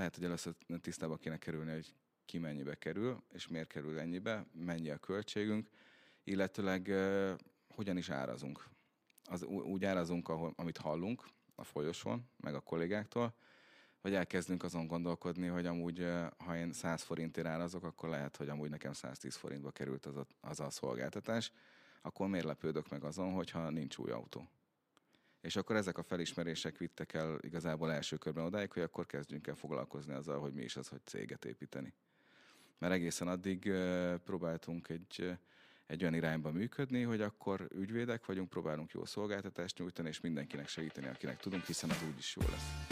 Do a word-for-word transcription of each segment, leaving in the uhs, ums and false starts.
lehet, hogy először tisztába kéne kerülni, hogy ki mennyibe kerül, és miért kerül ennyibe, mennyi a költségünk, illetőleg uh, hogyan is árazunk. Az, úgy árazunk, ahol, amit hallunk a folyosón, meg a kollégáktól, vagy elkezdünk azon gondolkodni, hogy amúgy, ha én száz forintért árazok, akkor lehet, hogy amúgy nekem száztíz forintba került az a, az a szolgáltatás, akkor miért lepődök meg azon, hogyha nincs új autó. És akkor ezek a felismerések vittek el igazából első körben odáig, hogy akkor kezdjünk el foglalkozni azzal, hogy mi is az, hogy céget építeni. Mert egészen addig próbáltunk egy, egy olyan irányba működni, hogy akkor ügyvédek vagyunk, próbálunk jó szolgáltatást nyújtani, és mindenkinek segíteni, akinek tudunk, hiszen az úgyis jó lesz.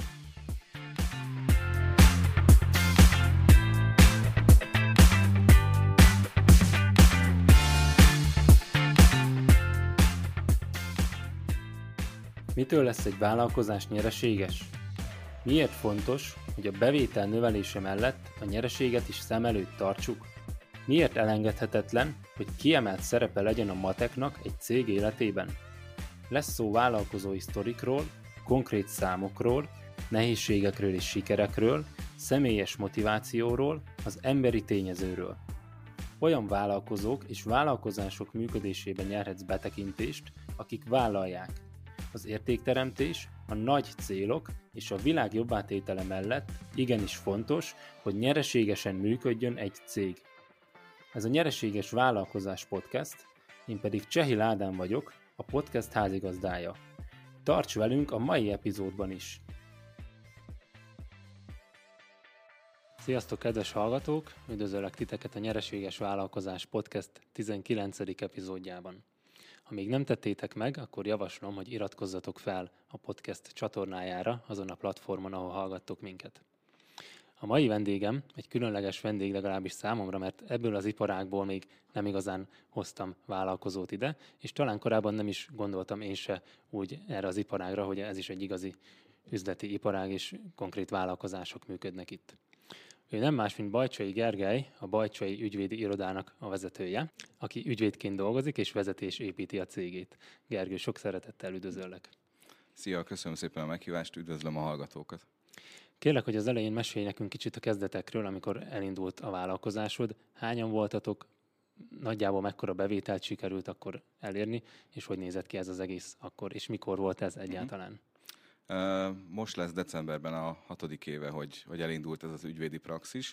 Mitől lesz egy vállalkozás nyereséges? Miért fontos, hogy a bevétel növelése mellett a nyereséget is szem előtt tartsuk? Miért elengedhetetlen, hogy kiemelt szerepe legyen a mateknak egy cég életében? Lesz szó vállalkozói sztorikról, konkrét számokról, nehézségekről és sikerekről, személyes motivációról, az emberi tényezőről. Olyan vállalkozók és vállalkozások működésében nyerhetsz betekintést, akik vállalják. Az értékteremtés, a nagy célok és a világ jobbátétele mellett igenis fontos, hogy nyereségesen működjön egy cég. Ez a Nyereséges Vállalkozás Podcast, én pedig Csehil Ádám vagyok, a podcast házigazdája. Tarts velünk a mai epizódban is! Sziasztok, kedves hallgatók! Üdvözöllek titeket a Nyereséges Vállalkozás Podcast tizenkilencedik epizódjában. Ha még nem tettétek meg, akkor javaslom, hogy iratkozzatok fel a podcast csatornájára azon a platformon, ahol hallgattok minket. A mai vendégem egy különleges vendég legalábbis számomra, mert ebből az iparágból még nem igazán hoztam vállalkozót ide, és talán korábban nem is gondoltam én se úgy erre az iparágra, hogy ez is egy igazi üzleti iparág, és konkrét vállalkozások működnek itt. Ő nem más, mint Bajcsai Gergely, a Bajcsai Ügyvédi Irodának a vezetője, aki ügyvédként dolgozik és vezeti és építi a cégét. Gergő, sok szeretettel üdvözöllek. Szia, köszönöm szépen a meghívást, üdvözlöm a hallgatókat. Kérlek, hogy az elején mesélj nekünk kicsit a kezdetekről, amikor elindult a vállalkozásod. Hányan voltatok, nagyjából mekkora bevételt sikerült akkor elérni, és hogy nézett ki ez az egész akkor, és mikor volt ez egyáltalán? Most lesz decemberben a hatodik éve, hogy, hogy elindult ez az ügyvédi praxis.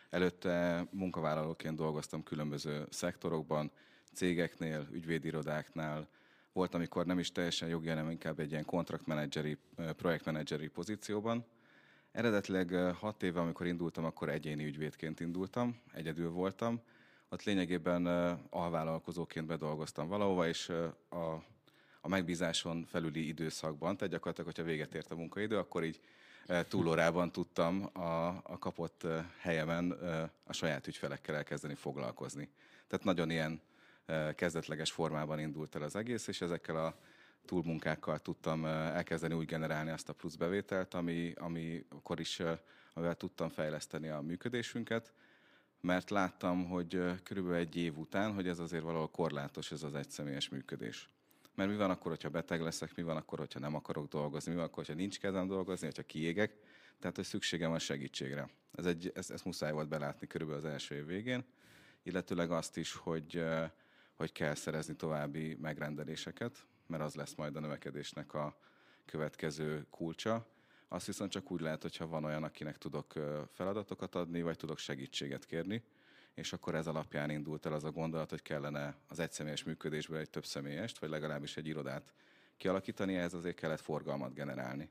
Előtte munkavállalóként dolgoztam különböző szektorokban, cégeknél, ügyvédirodáknál. Volt, amikor nem is teljesen jogi, hanem inkább egy ilyen kontraktmenedzseri, projektmenedzseri pozícióban. Eredetileg hat éve, amikor indultam, akkor egyéni ügyvédként indultam, egyedül voltam. Ott lényegében alvállalkozóként bedolgoztam valahova, és a a megbízáson felüli időszakban, tehát gyakorlatilag, hogyha véget ért a munkaidő, akkor így túlórában tudtam a, a kapott helyemen a saját ügyfelekkel elkezdeni foglalkozni. Tehát nagyon ilyen kezdetleges formában indult el az egész, és ezekkel a túlmunkákkal tudtam elkezdeni úgy generálni azt a plusz bevételt, ami, ami akkor is, amivel tudtam fejleszteni a működésünket, mert láttam, hogy körülbelül egy év után, hogy ez azért valahol korlátos, ez az egyszemélyes működés. Mert mi van akkor, hogyha beteg leszek, mi van akkor, hogyha nem akarok dolgozni, mi van akkor, hogyha nincs kedvem dolgozni, hogyha kiégek. Tehát, hogy szükségem van segítségre. Ez egy, ezt, ezt muszáj volt belátni körülbelül az első év végén, illetőleg azt is, hogy, hogy kell szerezni további megrendeléseket, mert az lesz majd a növekedésnek a következő kulcsa. Azt viszont csak úgy lehet, hogyha van olyan, akinek tudok feladatokat adni, vagy tudok segítséget kérni, és akkor ez alapján indult el az a gondolat, hogy kellene az egyszemélyes működésből egy több személyest, vagy legalábbis egy irodát kialakítani, ehhez azért kellett forgalmat generálni.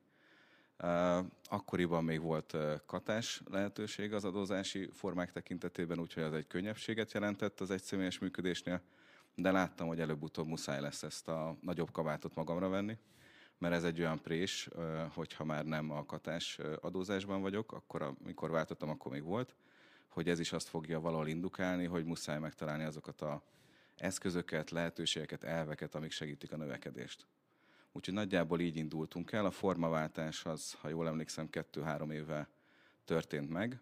Akkoriban még volt katás lehetőség az adózási formák tekintetében, úgyhogy az egy könnyebbséget jelentett az egyszemélyes működésnél, de láttam, hogy előbb-utóbb muszáj lesz ezt a nagyobb kabátot magamra venni, mert ez egy olyan prés, hogyha már nem a katás adózásban vagyok, akkor amikor váltottam, akkor még volt, hogy ez is azt fogja valahol indukálni, hogy muszáj megtalálni azokat az eszközöket, lehetőségeket, elveket, amik segítik a növekedést. Úgyhogy nagyjából így indultunk el. A formaváltás az, ha jól emlékszem, kettő-három éve történt meg,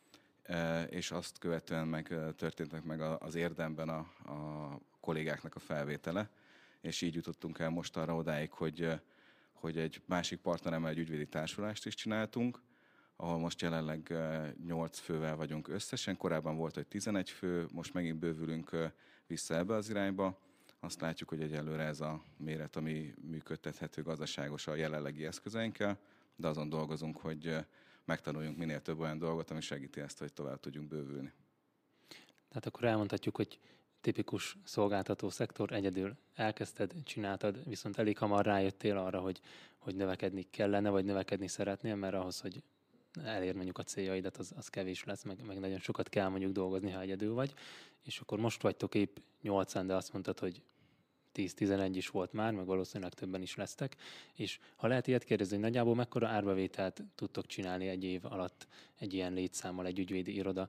és azt követően meg történtek meg az érdemben a, a kollégáknak a felvétele, és így jutottunk el most arra odáig, hogy, hogy egy másik partneremmel egy ügyvédi társulást is csináltunk, ahol most jelenleg nyolc fővel vagyunk összesen. Korábban volt, hogy tizenegy fő, most megint bővülünk vissza ebbe az irányba. Azt látjuk, hogy egyelőre ez a méret, ami működtethető gazdaságos a jelenlegi eszközeinkkel, de azon dolgozunk, hogy megtanuljunk minél több olyan dolgot, ami segíti ezt, hogy tovább tudjunk bővülni. Tehát akkor elmondhatjuk, hogy tipikus szolgáltató szektor, egyedül elkezdted, csináltad, viszont elég hamar rájöttél arra, hogy, hogy növekedni kellene, vagy növekedni szeretnél, mert ahhoz, hogy elér mondjuk a céljaidat, az, az kevés lesz, meg, meg nagyon sokat kell mondjuk dolgozni, ha egyedül vagy. És akkor most vagytok épp nyolcan, de azt mondtad, hogy tíz-tizenegy is volt már, meg valószínűleg többen is lesztek. És ha lehet ilyet kérdezni, hogy nagyjából mekkora árbevételt tudtok csinálni egy év alatt egy ilyen létszámmal, egy ügyvédi iroda?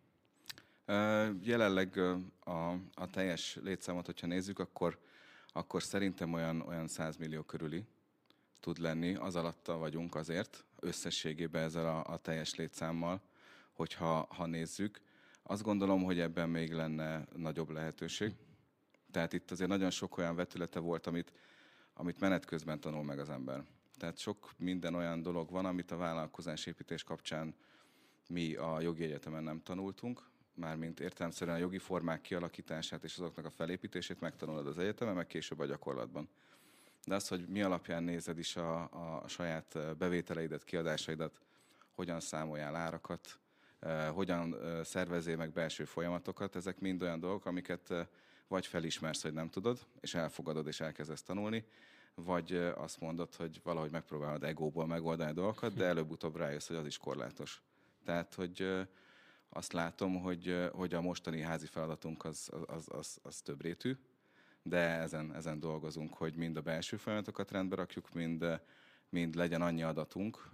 Jelenleg a, a teljes létszámot, hogyha nézzük, akkor, akkor szerintem olyan, olyan száz millió körüli tud lenni, az alatta vagyunk azért, összességében ezzel a, a teljes létszámmal, hogyha ha nézzük. Azt gondolom, hogy ebben még lenne nagyobb lehetőség. Tehát itt azért nagyon sok olyan vetülete volt, amit, amit menet közben tanul meg az ember. Tehát sok minden olyan dolog van, amit a vállalkozásépítés kapcsán mi a jogi egyetemen nem tanultunk, mármint értelemszerűen a jogi formák kialakítását és azoknak a felépítését megtanulod az egyetemen, meg később a gyakorlatban. De az, hogy mi alapján nézed is a, a saját bevételeidet, kiadásaidat, hogyan számoljál árakat, eh, hogyan eh, szervezzél meg belső folyamatokat, ezek mind olyan dolgok, amiket eh, vagy felismersz, hogy nem tudod, és elfogadod, és elkezdesz tanulni, vagy eh, azt mondod, hogy valahogy megpróbálod egóból megoldani a dolgokat, de előbb-utóbb rájössz, hogy az is korlátos. Tehát, hogy eh, azt látom, hogy, hogy a mostani házi feladatunk az, az, az, az több rétű, de ezen, ezen dolgozunk, hogy mind a belső folyamatokat rendbe rakjuk, mind, mind legyen annyi adatunk,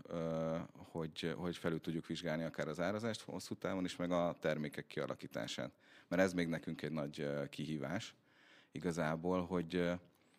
hogy, hogy felül tudjuk vizsgálni akár az árazást hosszú távon is, meg a termékek kialakítását. Mert ez még nekünk egy nagy kihívás igazából, hogy,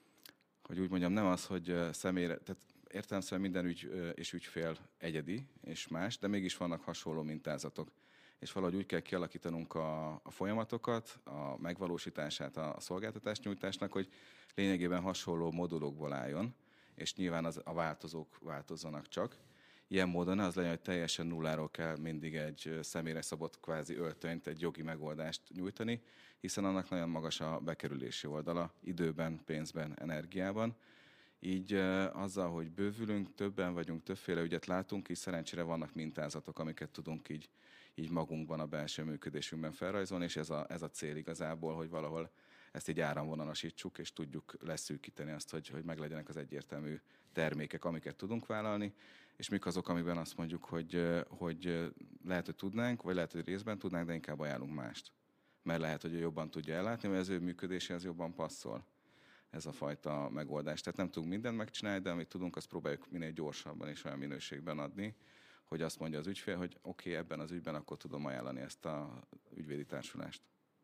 hogy úgy mondjam, nem az, hogy személyre, tehát értelemszerűen minden ügy és ügyfél egyedi és más, de mégis vannak hasonló mintázatok. És valahogy úgy kell kialakítanunk a, a folyamatokat, a megvalósítását a, a szolgáltatásnyújtásnak, hogy lényegében hasonló modulokból álljon, és nyilván az, a változók változzanak csak. Ilyen módon az legyen, hogy teljesen nulláról kell mindig egy személyre szabott kvázi öltönyt, egy jogi megoldást nyújtani, hiszen annak nagyon magas a bekerülési oldala, időben, pénzben, energiában. Így azzal, hogy bővülünk, többen vagyunk, többféle ügyet látunk, és szerencsére vannak mintázatok, amiket tudunk így, így magunkban, a belső működésünkben felrajzolni, és ez a, ez a cél igazából, hogy valahol ezt így áramvonalasítsuk, és tudjuk leszűkíteni azt, hogy, hogy meglegyenek az egyértelmű termékek, amiket tudunk vállalni, és mik azok, amiben azt mondjuk, hogy, hogy lehet, hogy tudnánk, vagy lehet, hogy részben tudnánk, de inkább ajánlunk mást. Mert lehet, hogy ő jobban tudja ellátni, vagy az ő működéséhez jobban passzol ez a fajta megoldás. Tehát nem tudunk mindent megcsinálni, de amit tudunk, azt próbáljuk minél gyorsabban és olyan minőségben adni, hogy azt mondja az ügyfél, hogy oké, okay, ebben az ügyben akkor tudom ajánlani ezt a ügyvédi társulást.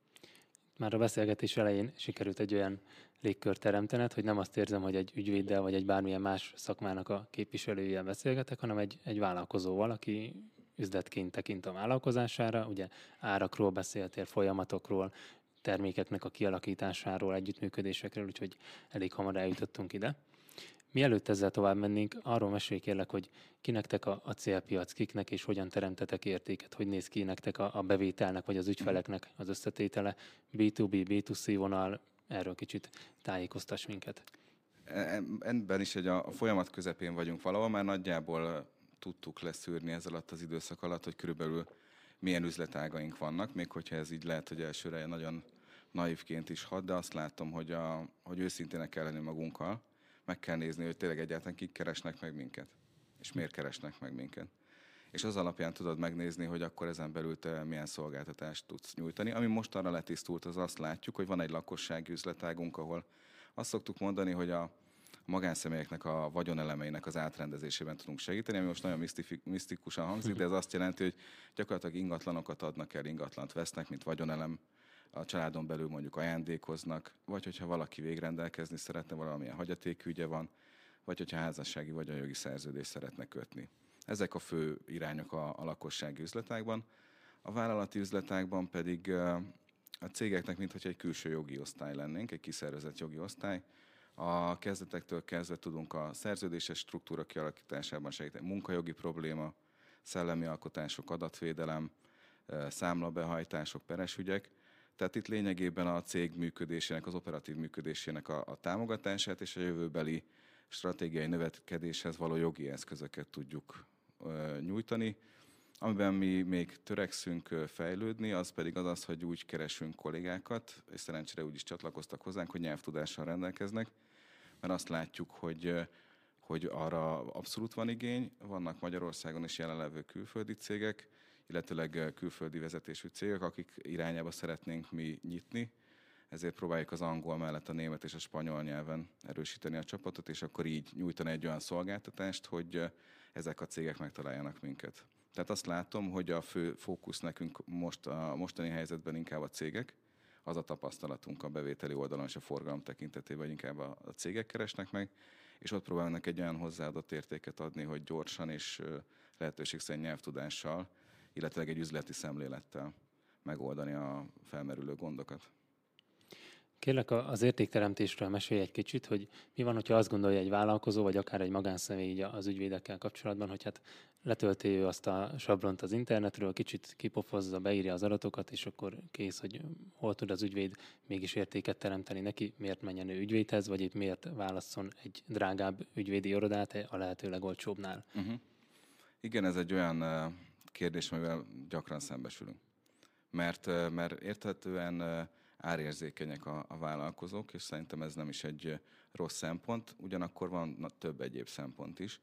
Már a beszélgetés elején sikerült egy olyan légkört teremtened, hogy nem azt érzem, hogy egy ügyvéddel vagy egy bármilyen más szakmának a képviselőjével beszélgetek, hanem egy, egy vállalkozóval, aki üzletként tekint a vállalkozására, ugye árakról beszéltél, folyamatokról, termékeknek a kialakításáról, együttműködésekről, úgyhogy elég hamar eljutottunk ide. Mielőtt ezzel tovább mennénk, arról mesélj kérlek, hogy ki nektek a, a célpiac, kiknek és hogyan teremtetek értéket, hogy néz ki nektek a, a bevételnek vagy az ügyfeleknek az összetétele, bé kettő bé, bé kettő cé vonal, erről kicsit tájékoztass minket. Ebben is egy a, a folyamat közepén vagyunk valahol, már nagyjából tudtuk leszűrni ez alatt az időszak alatt, hogy körülbelül milyen üzletágaink vannak, még hogyha ez így lehet, hogy elsőre nagyon naívként is hat, de azt látom, hogy, a, hogy őszintének kell lenni magunkkal, meg kell nézni, hogy tényleg egyáltalán kik keresnek meg minket, és miért keresnek meg minket. És az alapján tudod megnézni, hogy akkor ezen belül te milyen szolgáltatást tudsz nyújtani. Ami most arra letisztult, az azt látjuk, hogy van egy lakossági üzletágunk, ahol azt szoktuk mondani, hogy a magánszemélyeknek a vagyonelemeinek az átrendezésében tudunk segíteni, ami most nagyon misztikusan hangzik, de ez azt jelenti, hogy gyakorlatilag ingatlanokat adnak el, ingatlant vesznek, mint vagyonelem, a családon belül mondjuk ajándékoznak, vagy hogyha valaki végrendelkezni szeretne, valamilyen hagyatékügye van, vagy hogyha házassági vagy a jogi szerződést szeretne kötni. Ezek a fő irányok a, a lakossági üzletágban. A vállalati üzletágban pedig a cégeknek mintha egy külső jogi osztály lennénk, egy kiszervezett jogi osztály. A kezdetektől kezdve tudunk a szerződéses struktúra kialakításában segíteni, munkajogi probléma, szellemi alkotások, adatvédelem, számlabehajtások, peres ügyek. Tehát itt lényegében a cég működésének, az operatív működésének a, a támogatását és a jövőbeli stratégiai növekedéshez való jogi eszközöket tudjuk ö, nyújtani. Amiben mi még törekszünk fejlődni, az pedig az az, hogy úgy keresünk kollégákat, és szerencsére úgy is csatlakoztak hozzánk, hogy nyelvtudással rendelkeznek, mert azt látjuk, hogy, hogy arra abszolút van igény. Vannak Magyarországon is jelenlevő külföldi cégek, illetőleg külföldi vezetésű cégek, akik irányába szeretnénk mi nyitni, ezért próbáljuk az angol mellett a német és a spanyol nyelven erősíteni a csapatot, és akkor így nyújtani egy olyan szolgáltatást, hogy ezek a cégek megtaláljanak minket. Tehát azt látom, hogy a fő fókusz nekünk most a mostani helyzetben inkább a cégek, az a tapasztalatunk a bevételi oldalon és a forgalom tekintetében, hogy inkább a cégek keresnek meg, és ott próbálnak egy olyan hozzáadott értéket adni, hogy gyorsan és lehetőség szerint nyelvtudással, illetve egy üzleti szemlélettel megoldani a felmerülő gondokat. Kérlek, az értékteremtésről mesélj egy kicsit, hogy mi van, hogyha azt gondolja egy vállalkozó, vagy akár egy magánszemély az ügyvédekkel kapcsolatban, hogy hát letölti ő azt a sablont az internetről, kicsit kipofozza, beírja az adatokat, és akkor kész, hogy hol tud az ügyvéd mégis értéket teremteni neki, miért menjen ő ügyvédhez, vagy itt miért válasszon egy drágább ügyvédi irodát a lehető legolcsóbbnál. Uh-huh. Igen, ez egy olyan kérdés, amivel gyakran szembesülünk. Mert, mert érthetően árérzékenyek a, a vállalkozók, és szerintem ez nem is egy rossz szempont, ugyanakkor van na, több egyéb szempont is.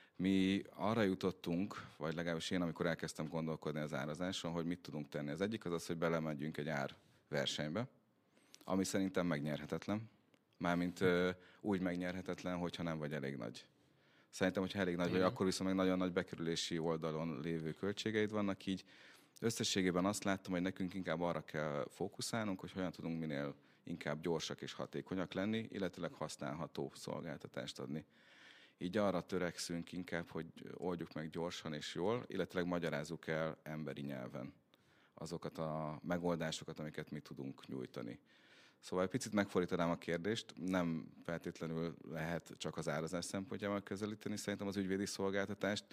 Mi arra jutottunk, vagy legalábbis én, amikor elkezdtem gondolkodni az árazáson, hogy mit tudunk tenni. Az egyik az az, hogy belemegyünk egy árversenybe, ami szerintem megnyerhetetlen. Mármint ö, úgy megnyerhetetlen, hogyha nem vagy elég nagy. Szerintem, hogyha elég nagy vagy, akkor viszont meg nagyon nagy bekerülési oldalon lévő költségeid vannak, így összességében azt láttam, hogy nekünk inkább arra kell fókuszálnunk, hogy hogyan tudunk minél inkább gyorsak és hatékonyak lenni, illetőleg használható szolgáltatást adni. Így arra törekszünk inkább, hogy oldjuk meg gyorsan és jól, illetőleg magyarázzuk el emberi nyelven azokat a megoldásokat, amiket mi tudunk nyújtani. Szóval egy picit megfordítanám a kérdést, nem feltétlenül lehet csak az árazás szempontjával közelíteni szerintem az ügyvédi szolgáltatást,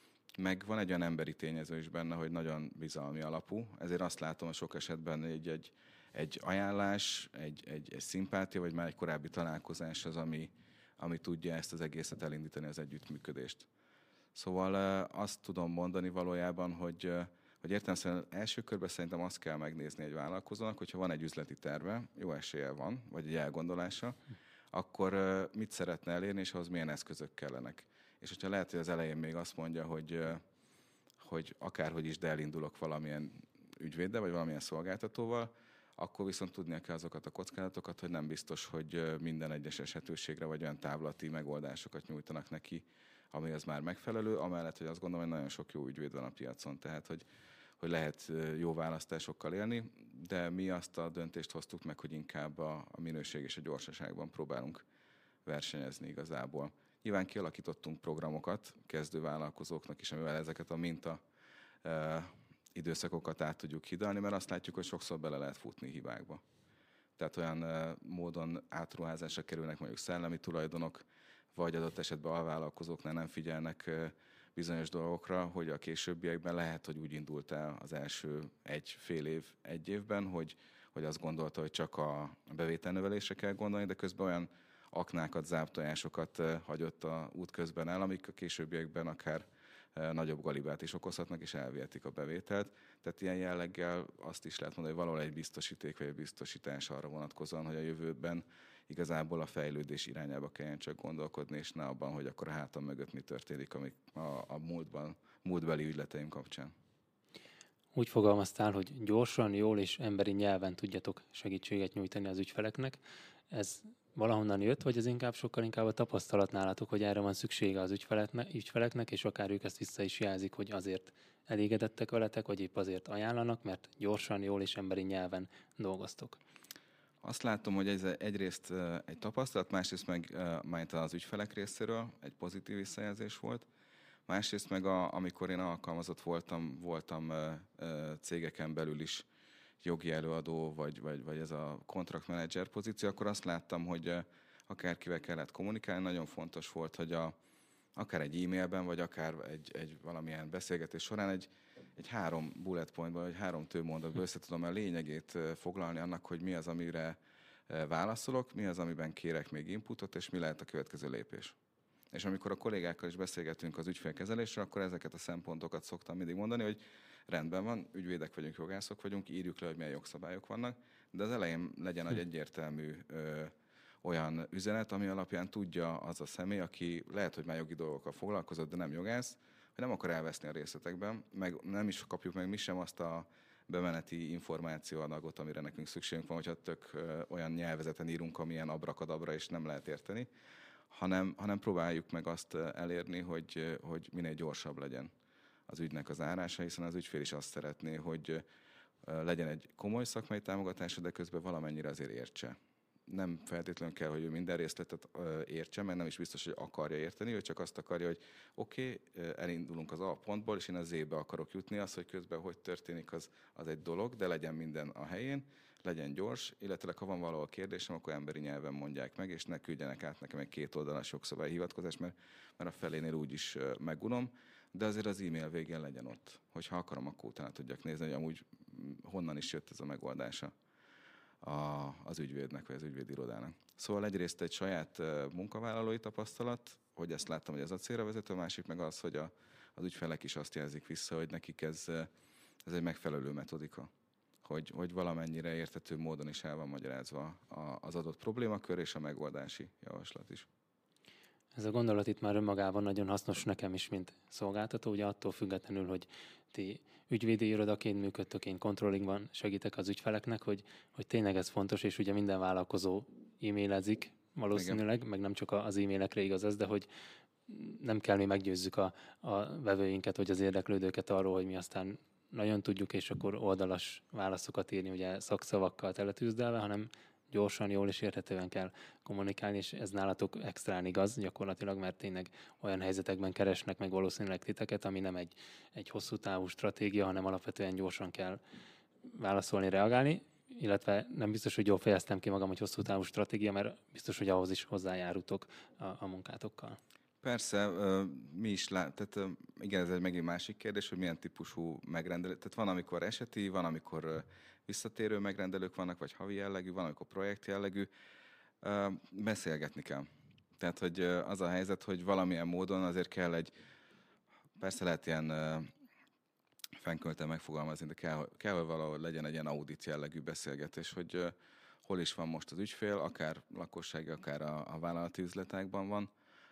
meg van egy olyan emberi tényező is benne, hogy nagyon bizalmi alapú, ezért azt látom, hogy sok esetben egy, egy, egy ajánlás, egy, egy, egy szimpátia, vagy már egy korábbi találkozás az, ami, ami tudja ezt az egészet elindítani, az együttműködést. Szóval azt tudom mondani valójában, hogy, hogy értelemszerűen első körben szerintem azt kell megnézni egy vállalkozónak, hogyha van egy üzleti terve, jó esélye van, vagy egy elgondolása, akkor mit szeretne elérni, és ahhoz milyen eszközök kellenek. És hogyha lehet, hogy az elején még azt mondja, hogy, hogy akárhogy is, de elindulok valamilyen ügyvéddel, vagy valamilyen szolgáltatóval, akkor viszont tudnia kell azokat a kockázatokat, hogy nem biztos, hogy minden egyes esetőségre vagy olyan távlati megoldásokat nyújtanak neki, ami az már megfelelő, amellett, hogy azt gondolom, hogy nagyon sok jó ügyvéd van a piacon, tehát hogy, hogy lehet jó választásokkal élni, de mi azt a döntést hoztuk meg, hogy inkább a, a minőség és a gyorsaságban próbálunk versenyezni igazából. Nyilván kialakítottunk programokat kezdővállalkozóknak is, amivel ezeket a minta e, időszakokat át tudjuk hidalni, mert azt látjuk, hogy sokszor bele lehet futni hibákba. Tehát olyan e, módon átruházásra kerülnek mondjuk szellemi tulajdonok, vagy adott esetben alvállalkozóknál nem figyelnek e, bizonyos dolgokra, hogy a későbbiekben lehet, hogy úgy indult el az első egy fél év, egy évben, hogy, hogy azt gondolta, hogy csak a bevételnövelésre kell gondolni, de közben olyan aknákat, záptojásokat hagyott a út közben el, amik a későbbiekben akár nagyobb galibát is okozhatnak, és elvihetik a bevételt. Tehát ilyen jelleggel azt is lehet mondani, hogy valahol egy biztosíték vagy egy biztosítás arra vonatkozóan, hogy a jövőben igazából a fejlődés irányába kelljen csak gondolkodni, és ne abban, hogy akkor a hátam mögött mi történik, amik a, a múltban, múltbeli ügyleteim kapcsán. Úgy fogalmaztál, hogy gyorsan, jól és emberi nyelven tudjatok segítséget nyújtani az ügyfeleknek. Ez valahonnan jött, vagy ez inkább sokkal inkább a tapasztalat nálatok, hogy erre van szüksége az ügyfeleknek, és akár ők ezt vissza is jelzik, hogy azért elégedettek veletek, vagy épp azért ajánlanak, mert gyorsan, jól és emberi nyelven dolgoztok. Azt látom, hogy ez egyrészt egy tapasztalat, másrészt meg majd az ügyfelek részéről egy pozitív visszajelzés volt. Másrészt meg a, amikor én alkalmazott voltam, voltam cégeken belül is jogi előadó, vagy, vagy, vagy ez a contract manager pozíció, akkor azt láttam, hogy akárkivel kellett kommunikálni, nagyon fontos volt, hogy a, akár egy e-mailben, vagy akár egy, egy valamilyen beszélgetés során egy, egy három bullet pointban, vagy három tőmondatban össze tudom a lényegét foglalni annak, hogy mi az, amire válaszolok, mi az, amiben kérek még inputot, és mi lehet a következő lépés. És amikor a kollégákkal is beszélgetünk az ügyfélkezelésről, akkor ezeket a szempontokat szoktam mindig mondani, hogy rendben van, ügyvédek vagyunk, jogászok vagyunk, írjuk le, hogy milyen jogszabályok vannak, de az elején legyen egy egyértelmű ö, olyan üzenet, ami alapján tudja az a személy, aki lehet, hogy már jogi dolgokkal foglalkozott, de nem jogász, hogy nem akar elveszni a részletekben, meg nem is kapjuk meg mi sem azt a bemeneti információadagot, amire nekünk szükségünk van, hogyha tök ö, olyan nyelvezeten írunk, amilyen abrakadabra, és nem lehet érteni, hanem, hanem próbáljuk meg azt elérni, hogy, hogy minél gyorsabb legyen az ügynek az árása, hiszen az ügyfél is azt szeretné, hogy legyen egy komoly szakmai támogatása, de közben valamennyire azért értse. Nem feltétlenül kell, hogy ő minden részletet értse, mert nem is biztos, hogy akarja érteni, ő csak azt akarja, hogy oké, okay, elindulunk az A pontból, és én a Z-be akarok jutni, az, hogy közben hogy történik, az, az egy dolog, de legyen minden a helyén, legyen gyors, illetve ha van valahol kérdésem, akkor emberi nyelven mondják meg, és ne küldjenek át nekem egy két oldalas jogszabályi hivatkozást, mert, mert a felénél úgyis megunom, de azért az e-mail végén legyen ott. Hogyha akarom, akkor utána tudjak nézni, hogy amúgy honnan is jött ez a megoldása a, az ügyvédnek, vagy az ügyvédirodának. Szóval egyrészt egy saját munkavállalói tapasztalat, hogy ezt láttam, hogy ez a célra vezető, a másik meg az, hogy a, az ügyfelek is azt jelzik vissza, hogy nekik ez, ez egy megfelelő metodika. Hogy, hogy valamennyire érthető módon is el van magyarázva az adott problémakör és a megoldási javaslat is. Ez a gondolat itt már önmagában nagyon hasznos nekem is, mint szolgáltató, ugye attól függetlenül, hogy ti ügyvédi irodaként működtök, én controllingban segítek az ügyfeleknek, hogy, hogy tényleg ez fontos, és ugye minden vállalkozó e-mailezik valószínűleg, igen, meg nem csak az e-mailekre igaz ez, de hogy nem kell mi meggyőzzük a, a vevőinket, vagy az érdeklődőket arról, hogy mi aztán nagyon tudjuk, és akkor oldalas válaszokat írni, ugye szakszavakkal teletűzdelve, hanem gyorsan, jól és érthetően kell kommunikálni, és ez nálatok extrán igaz gyakorlatilag, mert tényleg olyan helyzetekben keresnek meg valószínűleg titeket, ami nem egy, egy hosszú távú stratégia, hanem alapvetően gyorsan kell válaszolni, reagálni, illetve nem biztos, hogy jól fejeztem ki magam, hogy hosszú távú stratégia, mert biztos, hogy ahhoz is hozzájárutok a, a munkátokkal. Persze, mi is lát, tehát igen, ez egy megint másik kérdés, hogy milyen típusú megrendelő. Tehát van, amikor eseti, van, amikor visszatérő megrendelők vannak, vagy havi jellegű, van, amikor projekt jellegű. Beszélgetni kell. Tehát, hogy az a helyzet, hogy valamilyen módon azért kell egy, persze lehet ilyen fennkölten megfogalmazni, de kell, kell, hogy valahol legyen egy ilyen audit jellegű beszélgetés, hogy hol is van most az ügyfél, akár lakossági, akár a, a vállalati üzletekben van,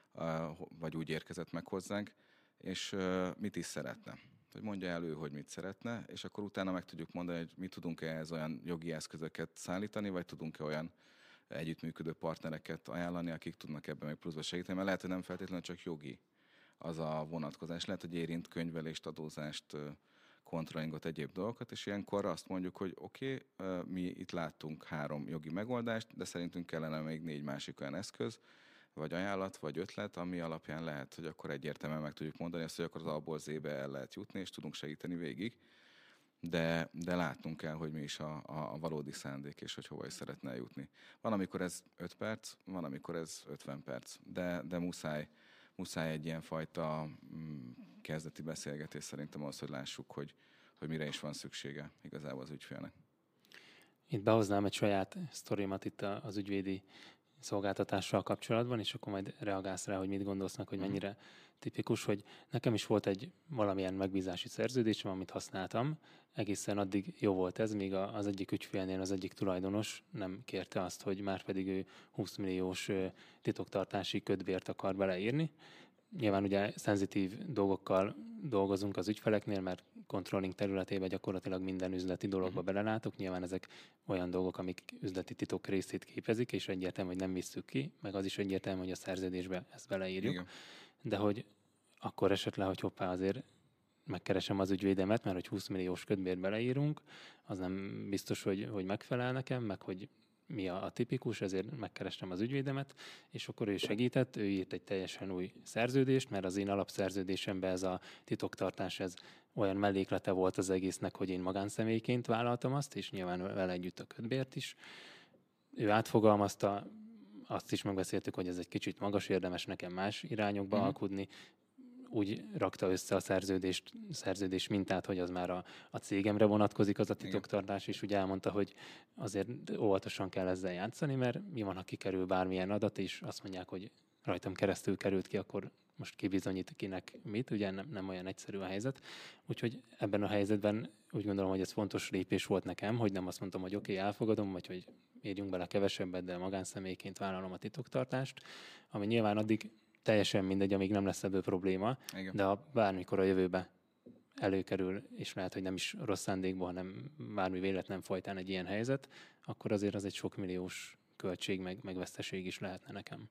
vagy úgy érkezett meg hozzánk, és mit is szeretne. Hogy mondja elő, hogy mit szeretne, és akkor utána meg tudjuk mondani, hogy mi tudunk-e ehhez olyan jogi eszközöket szállítani, vagy tudunk-e olyan együttműködő partnereket ajánlani, akik tudnak ebben még pluszba segíteni, mert lehet, hogy nem feltétlenül csak jogi az a vonatkozás. Lehet, hogy érint könyvelést, adózást, controllingot, egyéb dolgokat, és ilyenkor azt mondjuk, hogy oké, okay, mi itt láttunk három jogi megoldást, de szerintünk kellene még négy másik olyan eszköz, vagy ajánlat, vagy ötlet, ami alapján lehet, hogy akkor egyértelműen meg tudjuk mondani azt, hogy akkor az A-ból Z-be el lehet jutni, és tudunk segíteni végig, de, de látnunk kell, hogy mi is a, a, a valódi szándék, és hogy hova is szeretne jutni. Van, amikor ez öt perc, van, amikor ez ötven perc, de, de muszáj, muszáj egy ilyen fajta mm, kezdeti beszélgetés szerintem az, hogy lássuk, hogy, hogy mire is van szüksége igazából az ügyfélnek. Itt behoznám egy saját sztorimat itt az ügyvédi szolgáltatással kapcsolatban, és akkor majd reagálsz rá, hogy mit gondolsznak, hogy mennyire tipikus, hogy nekem is volt egy valamilyen megbízási szerződésem, amit használtam. Egészen addig jó volt ez, míg az egyik ügyfélnél az egyik tulajdonos nem kérte azt, hogy már pedig ő húsz milliós titoktartási kötbért akar beleírni. Nyilván ugye szenzitív dolgokkal dolgozunk az ügyfeleknél, mert controlling területében gyakorlatilag minden üzleti dologba belelátok. Nyilván ezek olyan dolgok, amik üzleti titok részét képezik, és egyértelmű, hogy nem visszük ki, meg az is egyértelmű, hogy a szerződésbe ezt beleírjuk. Igen. De hogy akkor esett le, hogy hoppá, azért megkeresem az ügyvédemet, mert hogy húsz milliós kötbért beleírunk, az nem biztos, hogy, hogy megfelel nekem, meg hogy mi a, a tipikus, ezért megkerestem az ügyvédemet, és akkor ő segített, ő írt egy teljesen új szerződést, mert az én alapszerződésemben ez a titoktartás, ez olyan melléklete volt az egésznek, hogy én magánszemélyként vállaltam azt, és nyilván vele együtt a kötbért is. Ő átfogalmazta, azt is megbeszéltük, hogy ez egy kicsit magas, érdemes nekem más irányokba Mhm. alkudni. Úgy rakta össze a szerződést, szerződés mintát, hogy az már a, a cégemre vonatkozik az a titoktartás, és úgy elmondta, hogy azért óvatosan kell ezzel játszani, mert mi van, ha kikerül bármilyen adat, és azt mondják, hogy rajtam keresztül került ki, akkor most kibizonyít kinek mit, ugye nem, nem olyan egyszerű a helyzet. Úgyhogy ebben a helyzetben úgy gondolom, hogy ez fontos lépés volt nekem, hogy nem azt mondtam, hogy oké, okay, elfogadom, vagy hogy érjünk bele kevesebbet, de magánszemélyként vállalom a titoktartást, ami nyilván addig teljesen mindegy, amíg nem lesz ebből probléma, Igen. de ha bármikor a jövőbe előkerül, és lehet, hogy nem is rossz szándékból, hanem bármi véletlen folytán egy ilyen helyzet, akkor azért az egy sok milliós költség, meg, meg veszteség is lehetne nekem.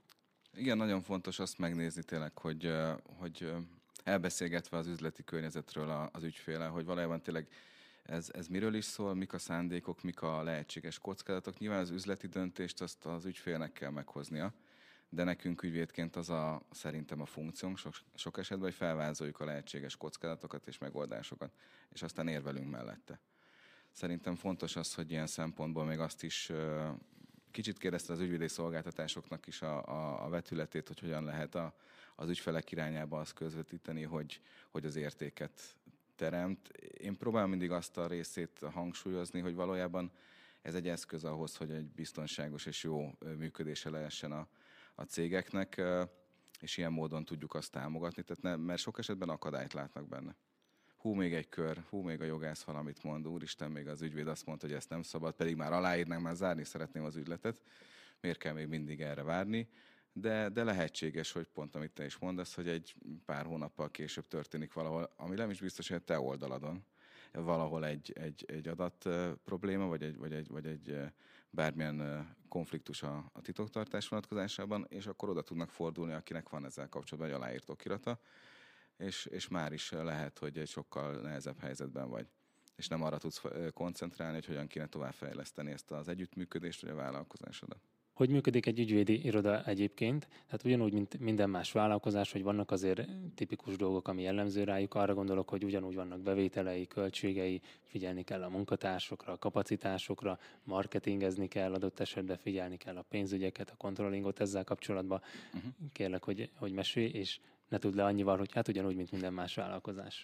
Igen, nagyon fontos azt megnézni tényleg, hogy, ö, hogy ö, elbeszélgetve az üzleti környezetről a- az ügyféle, hogy valójában tényleg ez, ez miről is szól, mik a szándékok, mik a lehetséges kockázatok. Nyilván az üzleti döntést azt az ügyfélnek kell meghoznia, de nekünk ügyvédként az a szerintem a funkciónk sok, sok esetben, hogy felvázoljuk a lehetséges kockázatokat és megoldásokat, és aztán érvelünk mellette. Szerintem fontos az, hogy ilyen szempontból még azt is ö, kicsit kérdezte az ügyvédi szolgáltatásoknak is a, a, a vetületét, hogy hogyan lehet a, az ügyfelek irányába azt közvetíteni, hogy, hogy az értéket teremt. Én próbálom mindig azt a részét hangsúlyozni, hogy valójában ez egy eszköz ahhoz, hogy egy biztonságos és jó ö, működése lehessen a, a cégeknek, ö, és ilyen módon tudjuk azt támogatni, tehát nem, mert sok esetben akadályt látnak benne. Hú, még egy kör, hú, még a jogász valamit mond, úristen, még az ügyvéd azt mondta, hogy ezt nem szabad, pedig már aláírnánk, már zárni szeretném az ügyletet, miért kell még mindig erre várni, de, de lehetséges, hogy pont amit te is mondasz, hogy egy pár hónappal később történik valahol, ami nem is biztos, hogy a te oldaladon, valahol egy, egy, egy adat uh, probléma, vagy egy, vagy egy, vagy egy uh, bármilyen uh, konfliktus a, a titoktartás vonatkozásában, és akkor oda tudnak fordulni, akinek van ezzel kapcsolatban egy aláírt okirata, és, és már is lehet, hogy egy sokkal nehezebb helyzetben vagy. És nem arra tudsz koncentrálni, hogy hogyan kéne továbbfejleszteni ezt az együttműködést, vagy a vállalkozásodat. Hogy működik egy ügyvédi iroda egyébként? Tehát ugyanúgy, mint minden más vállalkozás, hogy vannak azért tipikus dolgok, ami jellemző rájuk. Arra gondolok, hogy ugyanúgy vannak bevételei, költségei, figyelni kell a munkatársokra, a kapacitásokra, marketingezni kell, adott esetben figyelni kell a pénzügyeket, a kontrollingot ezzel kapcsolatban. Uh-huh. Kérlek, hogy, hogy mesélj, és ne tudd le annyival, hogy hát ugyanúgy, mint minden más vállalkozás.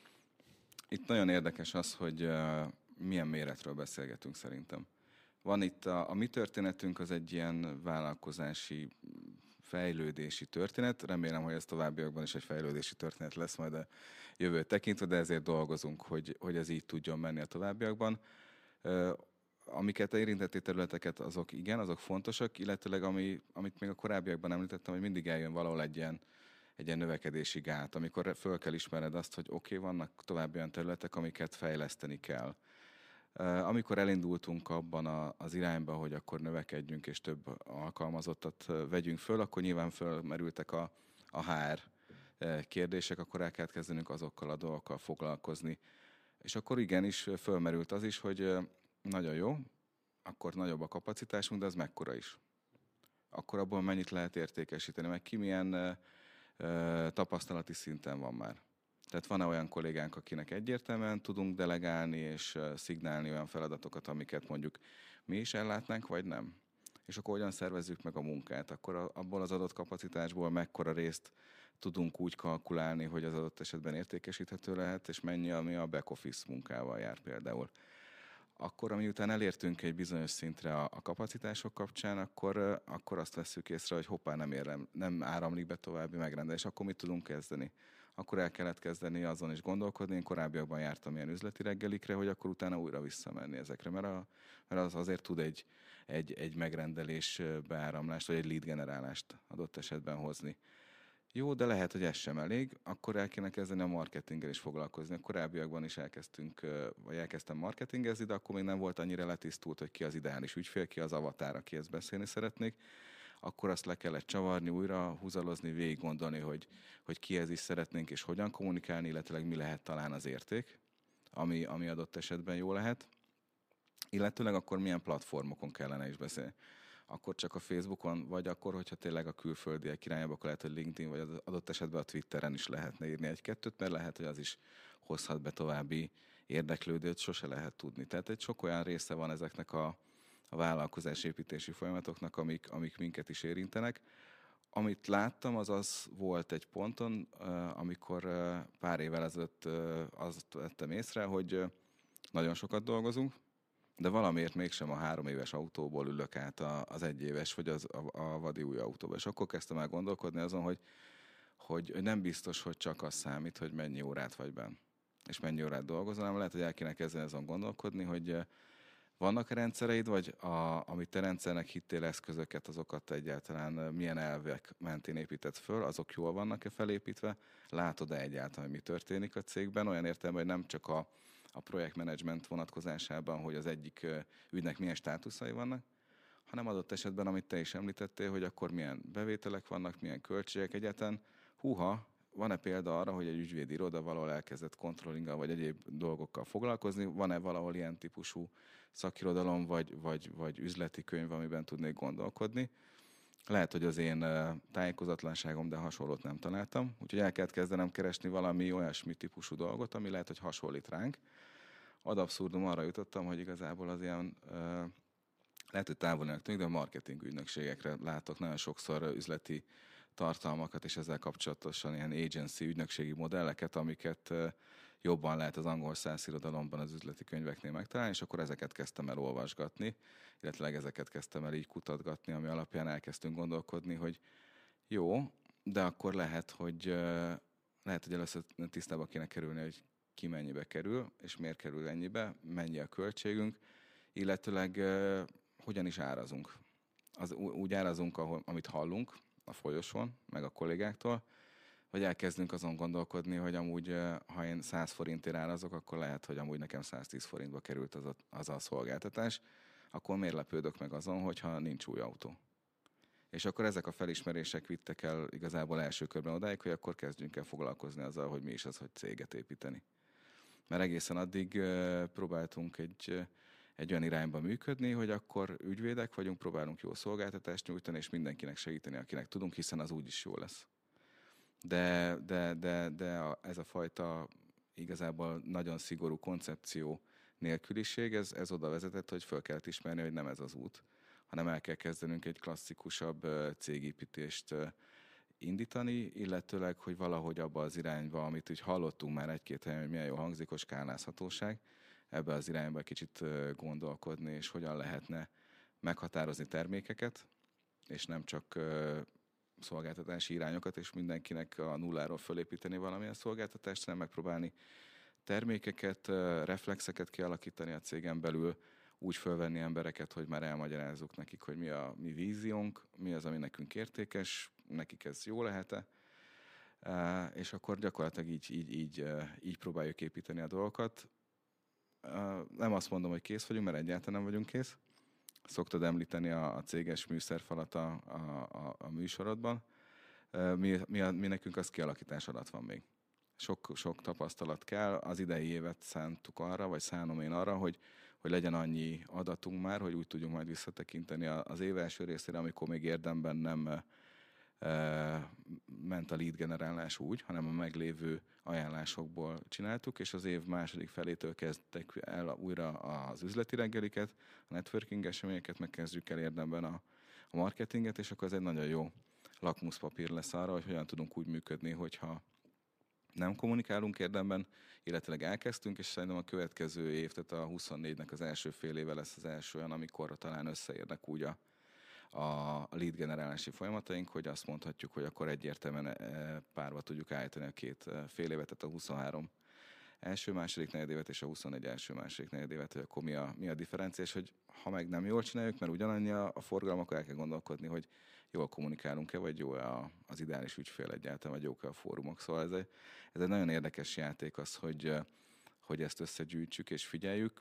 Itt nagyon érdekes az, hogy uh, milyen méretről beszélgetünk szerintem. Van itt a, a mi történetünk, az egy ilyen vállalkozási, fejlődési történet. Remélem, hogy ez továbbiakban is egy fejlődési történet lesz majd a jövőt tekintve, de ezért dolgozunk, hogy, hogy ez így tudjon menni a továbbiakban. Uh, amiket érintetté területeket, azok igen, azok fontosak, illetőleg ami, amit még a korábbiakban említettem, hogy mindig eljön valahol egy ilyen egy ilyen növekedési gát, amikor föl kell ismered azt, hogy oké, okay, vannak további olyan területek, amiket fejleszteni kell. Amikor elindultunk abban a, az irányba, hogy akkor növekedjünk és több alkalmazottat vegyünk föl, akkor nyilván fölmerültek a, a há er kérdések, akkor el kellett kezdenünk azokkal a dolgokkal foglalkozni. És akkor igenis fölmerült az is, hogy nagyon jó, akkor nagyobb a kapacitásunk, de az mekkora is. Akkor abból mennyit lehet értékesíteni, meg ki milyen tapasztalati szinten van már. Tehát van-e olyan kollégánk, akinek egyértelműen tudunk delegálni és szignálni olyan feladatokat, amiket mondjuk mi is ellátnánk, vagy nem? És akkor hogyan szervezzük meg a munkát? Akkor abból az adott kapacitásból mekkora részt tudunk úgy kalkulálni, hogy az adott esetben értékesíthető lehet, és mennyi, ami a back office munkával jár például. Akkor, amiután elértünk egy bizonyos szintre a, a kapacitások kapcsán, akkor, akkor azt vesszük észre, hogy hoppá, nem, érem, nem áramlik be további megrendelés, akkor mit tudunk kezdeni? Akkor el kellett kezdeni azon is gondolkodni. Én korábbiakban jártam ilyen üzleti reggelikre, hogy akkor utána újra visszamenni ezekre, mert, a, mert az azért tud egy, egy, egy megrendelés beáramlást, vagy egy lead generálást adott esetben hozni. Jó, de lehet, hogy ez sem elég, akkor el kéne kezdeni a marketinggel is foglalkozni. A korábbiakban is elkezdtünk, vagy elkezdtem marketingezni, de akkor még nem volt annyira letisztult, hogy ki az ideális ügyfél, ki az avatar, akihez beszélni szeretnék. Akkor azt le kellett csavarni, újra húzalozni, végig gondolni, hogy, hogy kihez is szeretnénk, és hogyan kommunikálni, illetve mi lehet talán az érték, ami, ami adott esetben jó lehet. Illetőleg akkor milyen platformokon kellene is beszélni. Akkor csak a Facebookon, vagy akkor, hogyha tényleg a külföldiek irányába, akkor lehet, hogy LinkedIn, vagy adott esetben a Twitteren is lehetne írni egy-kettőt, mert lehet, hogy az is hozhat be további érdeklődőt, sose lehet tudni. Tehát egy sok olyan része van ezeknek a, a vállalkozásépítési folyamatoknak, amik, amik minket is érintenek. Amit láttam, az az volt egy ponton, amikor pár évvel ezelőtt azt vettem észre, hogy nagyon sokat dolgozunk, de valamiért mégsem a három éves autóból ülök át az egyéves vagy az, a, a vadi új autóba. És akkor kezdtem el gondolkodni azon, hogy, hogy nem biztos, hogy csak az számít, hogy mennyi órát vagy benn, és mennyi órát dolgozol, hanem lehet, hogy el kéne kezdeni azon gondolkodni, hogy vannak-e rendszereid, vagy a, amit te rendszernek hittél eszközöket, azokat egyáltalán milyen elvek mentén épített föl, azok jól vannak-e felépítve, látod-e egyáltalán, hogy mi történik a cégben, olyan értelemben, hogy nem csak a, a projektmenedzsment vonatkozásában, hogy az egyik ügynek milyen státuszai vannak, hanem adott esetben, amit te is említettél, hogy akkor milyen bevételek vannak, milyen költségek egyáltalán. Húha, van-e példa arra, hogy egy ügyvédi iroda valahol elkezdett controllinggal vagy egyéb dolgokkal foglalkozni? Van-e valahol ilyen típusú szakirodalom vagy, vagy, vagy üzleti könyv, amiben tudnék gondolkodni? Lehet, hogy az én tájékozatlanságom, de hasonlót nem találtam. Úgyhogy el kellett kezdenem keresni valami olyasmi típusú dolgot, ami lehet, hogy hasonlít ránk. Ad abszurdum arra jutottam, hogy igazából az ilyen, lehet, hogy távolinak tűnik, de a marketing ügynökségekre látok nagyon sokszor üzleti tartalmakat, és ezzel kapcsolatosan ilyen agency ügynökségi modelleket, amiket jobban lehet az angol száz irodalomban, az üzleti könyveknél megtalálni, és akkor ezeket kezdtem el olvasgatni, illetve ezeket kezdtem el így kutatgatni, ami alapján elkezdtünk gondolkodni, hogy jó, de akkor lehet, hogy lehet, hogy először tisztába kéne kerülni, hogy ki mennyibe kerül, és miért kerül ennyibe, mennyi a költségünk, illetőleg hogyan is árazunk. Az, úgy árazunk, ahol, amit hallunk a folyosón, meg a kollégáktól, vagy elkezdünk azon gondolkodni, hogy amúgy, ha én száz forintért árazok, akkor lehet, hogy amúgy nekem száztíz forintba került az a, az a szolgáltatás, akkor miért lepődök meg azon, hogyha nincs új autó. És akkor ezek a felismerések vittek el igazából első körben odáig, hogy akkor kezdjünk el foglalkozni azzal, hogy mi is az, hogy céget építeni. Mert egészen addig próbáltunk egy, egy olyan irányba működni, hogy akkor ügyvédek vagyunk, próbálunk jó szolgáltatást nyújtani, és mindenkinek segíteni, akinek tudunk, hiszen az úgyis jó lesz. De, de, de, de a, ez a fajta igazából nagyon szigorú koncepció nélküliség, ez, ez oda vezetett, hogy föl kellett ismerni, hogy nem ez az út, hanem el kell kezdenünk egy klasszikusabb cégépítést indítani, illetőleg, hogy valahogy abba az irányba, amit úgy hallottunk már egy-két helyen, hogy milyen jó hangzik, a skálázhatóság, ebbe az irányba kicsit gondolkodni, és hogyan lehetne meghatározni termékeket, és nem csak szolgáltatási irányokat, és mindenkinek a nulláról fölépíteni valamilyen szolgáltatást, hanem megpróbálni termékeket, reflexeket kialakítani a cégen belül, úgy fölvenni embereket, hogy már elmagyarázzuk nekik, hogy mi a mi víziónk, mi az, ami nekünk értékes, nekik ez jó lehet-e, és akkor gyakorlatilag így, így, így, így próbáljuk építeni a dolgokat. Nem azt mondom, hogy kész vagyunk, mert egyáltalán nem vagyunk kész. Szoktad említeni a, a céges műszerfalat a, a, a műsorodban. Mi, mi, a, mi nekünk az kialakítás alatt van még. Sok, sok tapasztalat kell. Az idei évet szántuk arra, vagy szánom én arra, hogy, hogy legyen annyi adatunk már, hogy úgy tudjunk majd visszatekinteni az év első részére, amikor még érdemben nem e, ment a lead generálás úgy, hanem a meglévő ajánlásokból csináltuk, és az év második felétől kezdtek el újra az üzleti reggeliket, a networking eseményeket, megkezdjük el érdemben a, a marketinget, és akkor ez egy nagyon jó lakmuszpapír lesz arra, hogy hogyan tudunk úgy működni, hogyha nem kommunikálunk érdemben, illetőleg elkezdtünk, és szerintem a következő év, tehát a huszonnégynek az első fél éve lesz az első olyan, amikor talán összeérnek úgy a, a lead generálási folyamataink, hogy azt mondhatjuk, hogy akkor egyértelműen párba tudjuk állítani a két fél évet, tehát a huszonhárom első második negyedévet és a huszonegy első második negyedévet, hogy akkor mi a, mi a differencia, és hogy ha meg nem jól csináljuk, mert ugyanannyi a, a forgalom, akkor el kell gondolkodni, hogy jól kommunikálunk-e, vagy jó a, az ideális ügyfél egyáltalán, vagy jók-e a fórumok. Szóval ez egy, ez egy nagyon érdekes játék az, hogy, hogy ezt összegyűjtsük és figyeljük.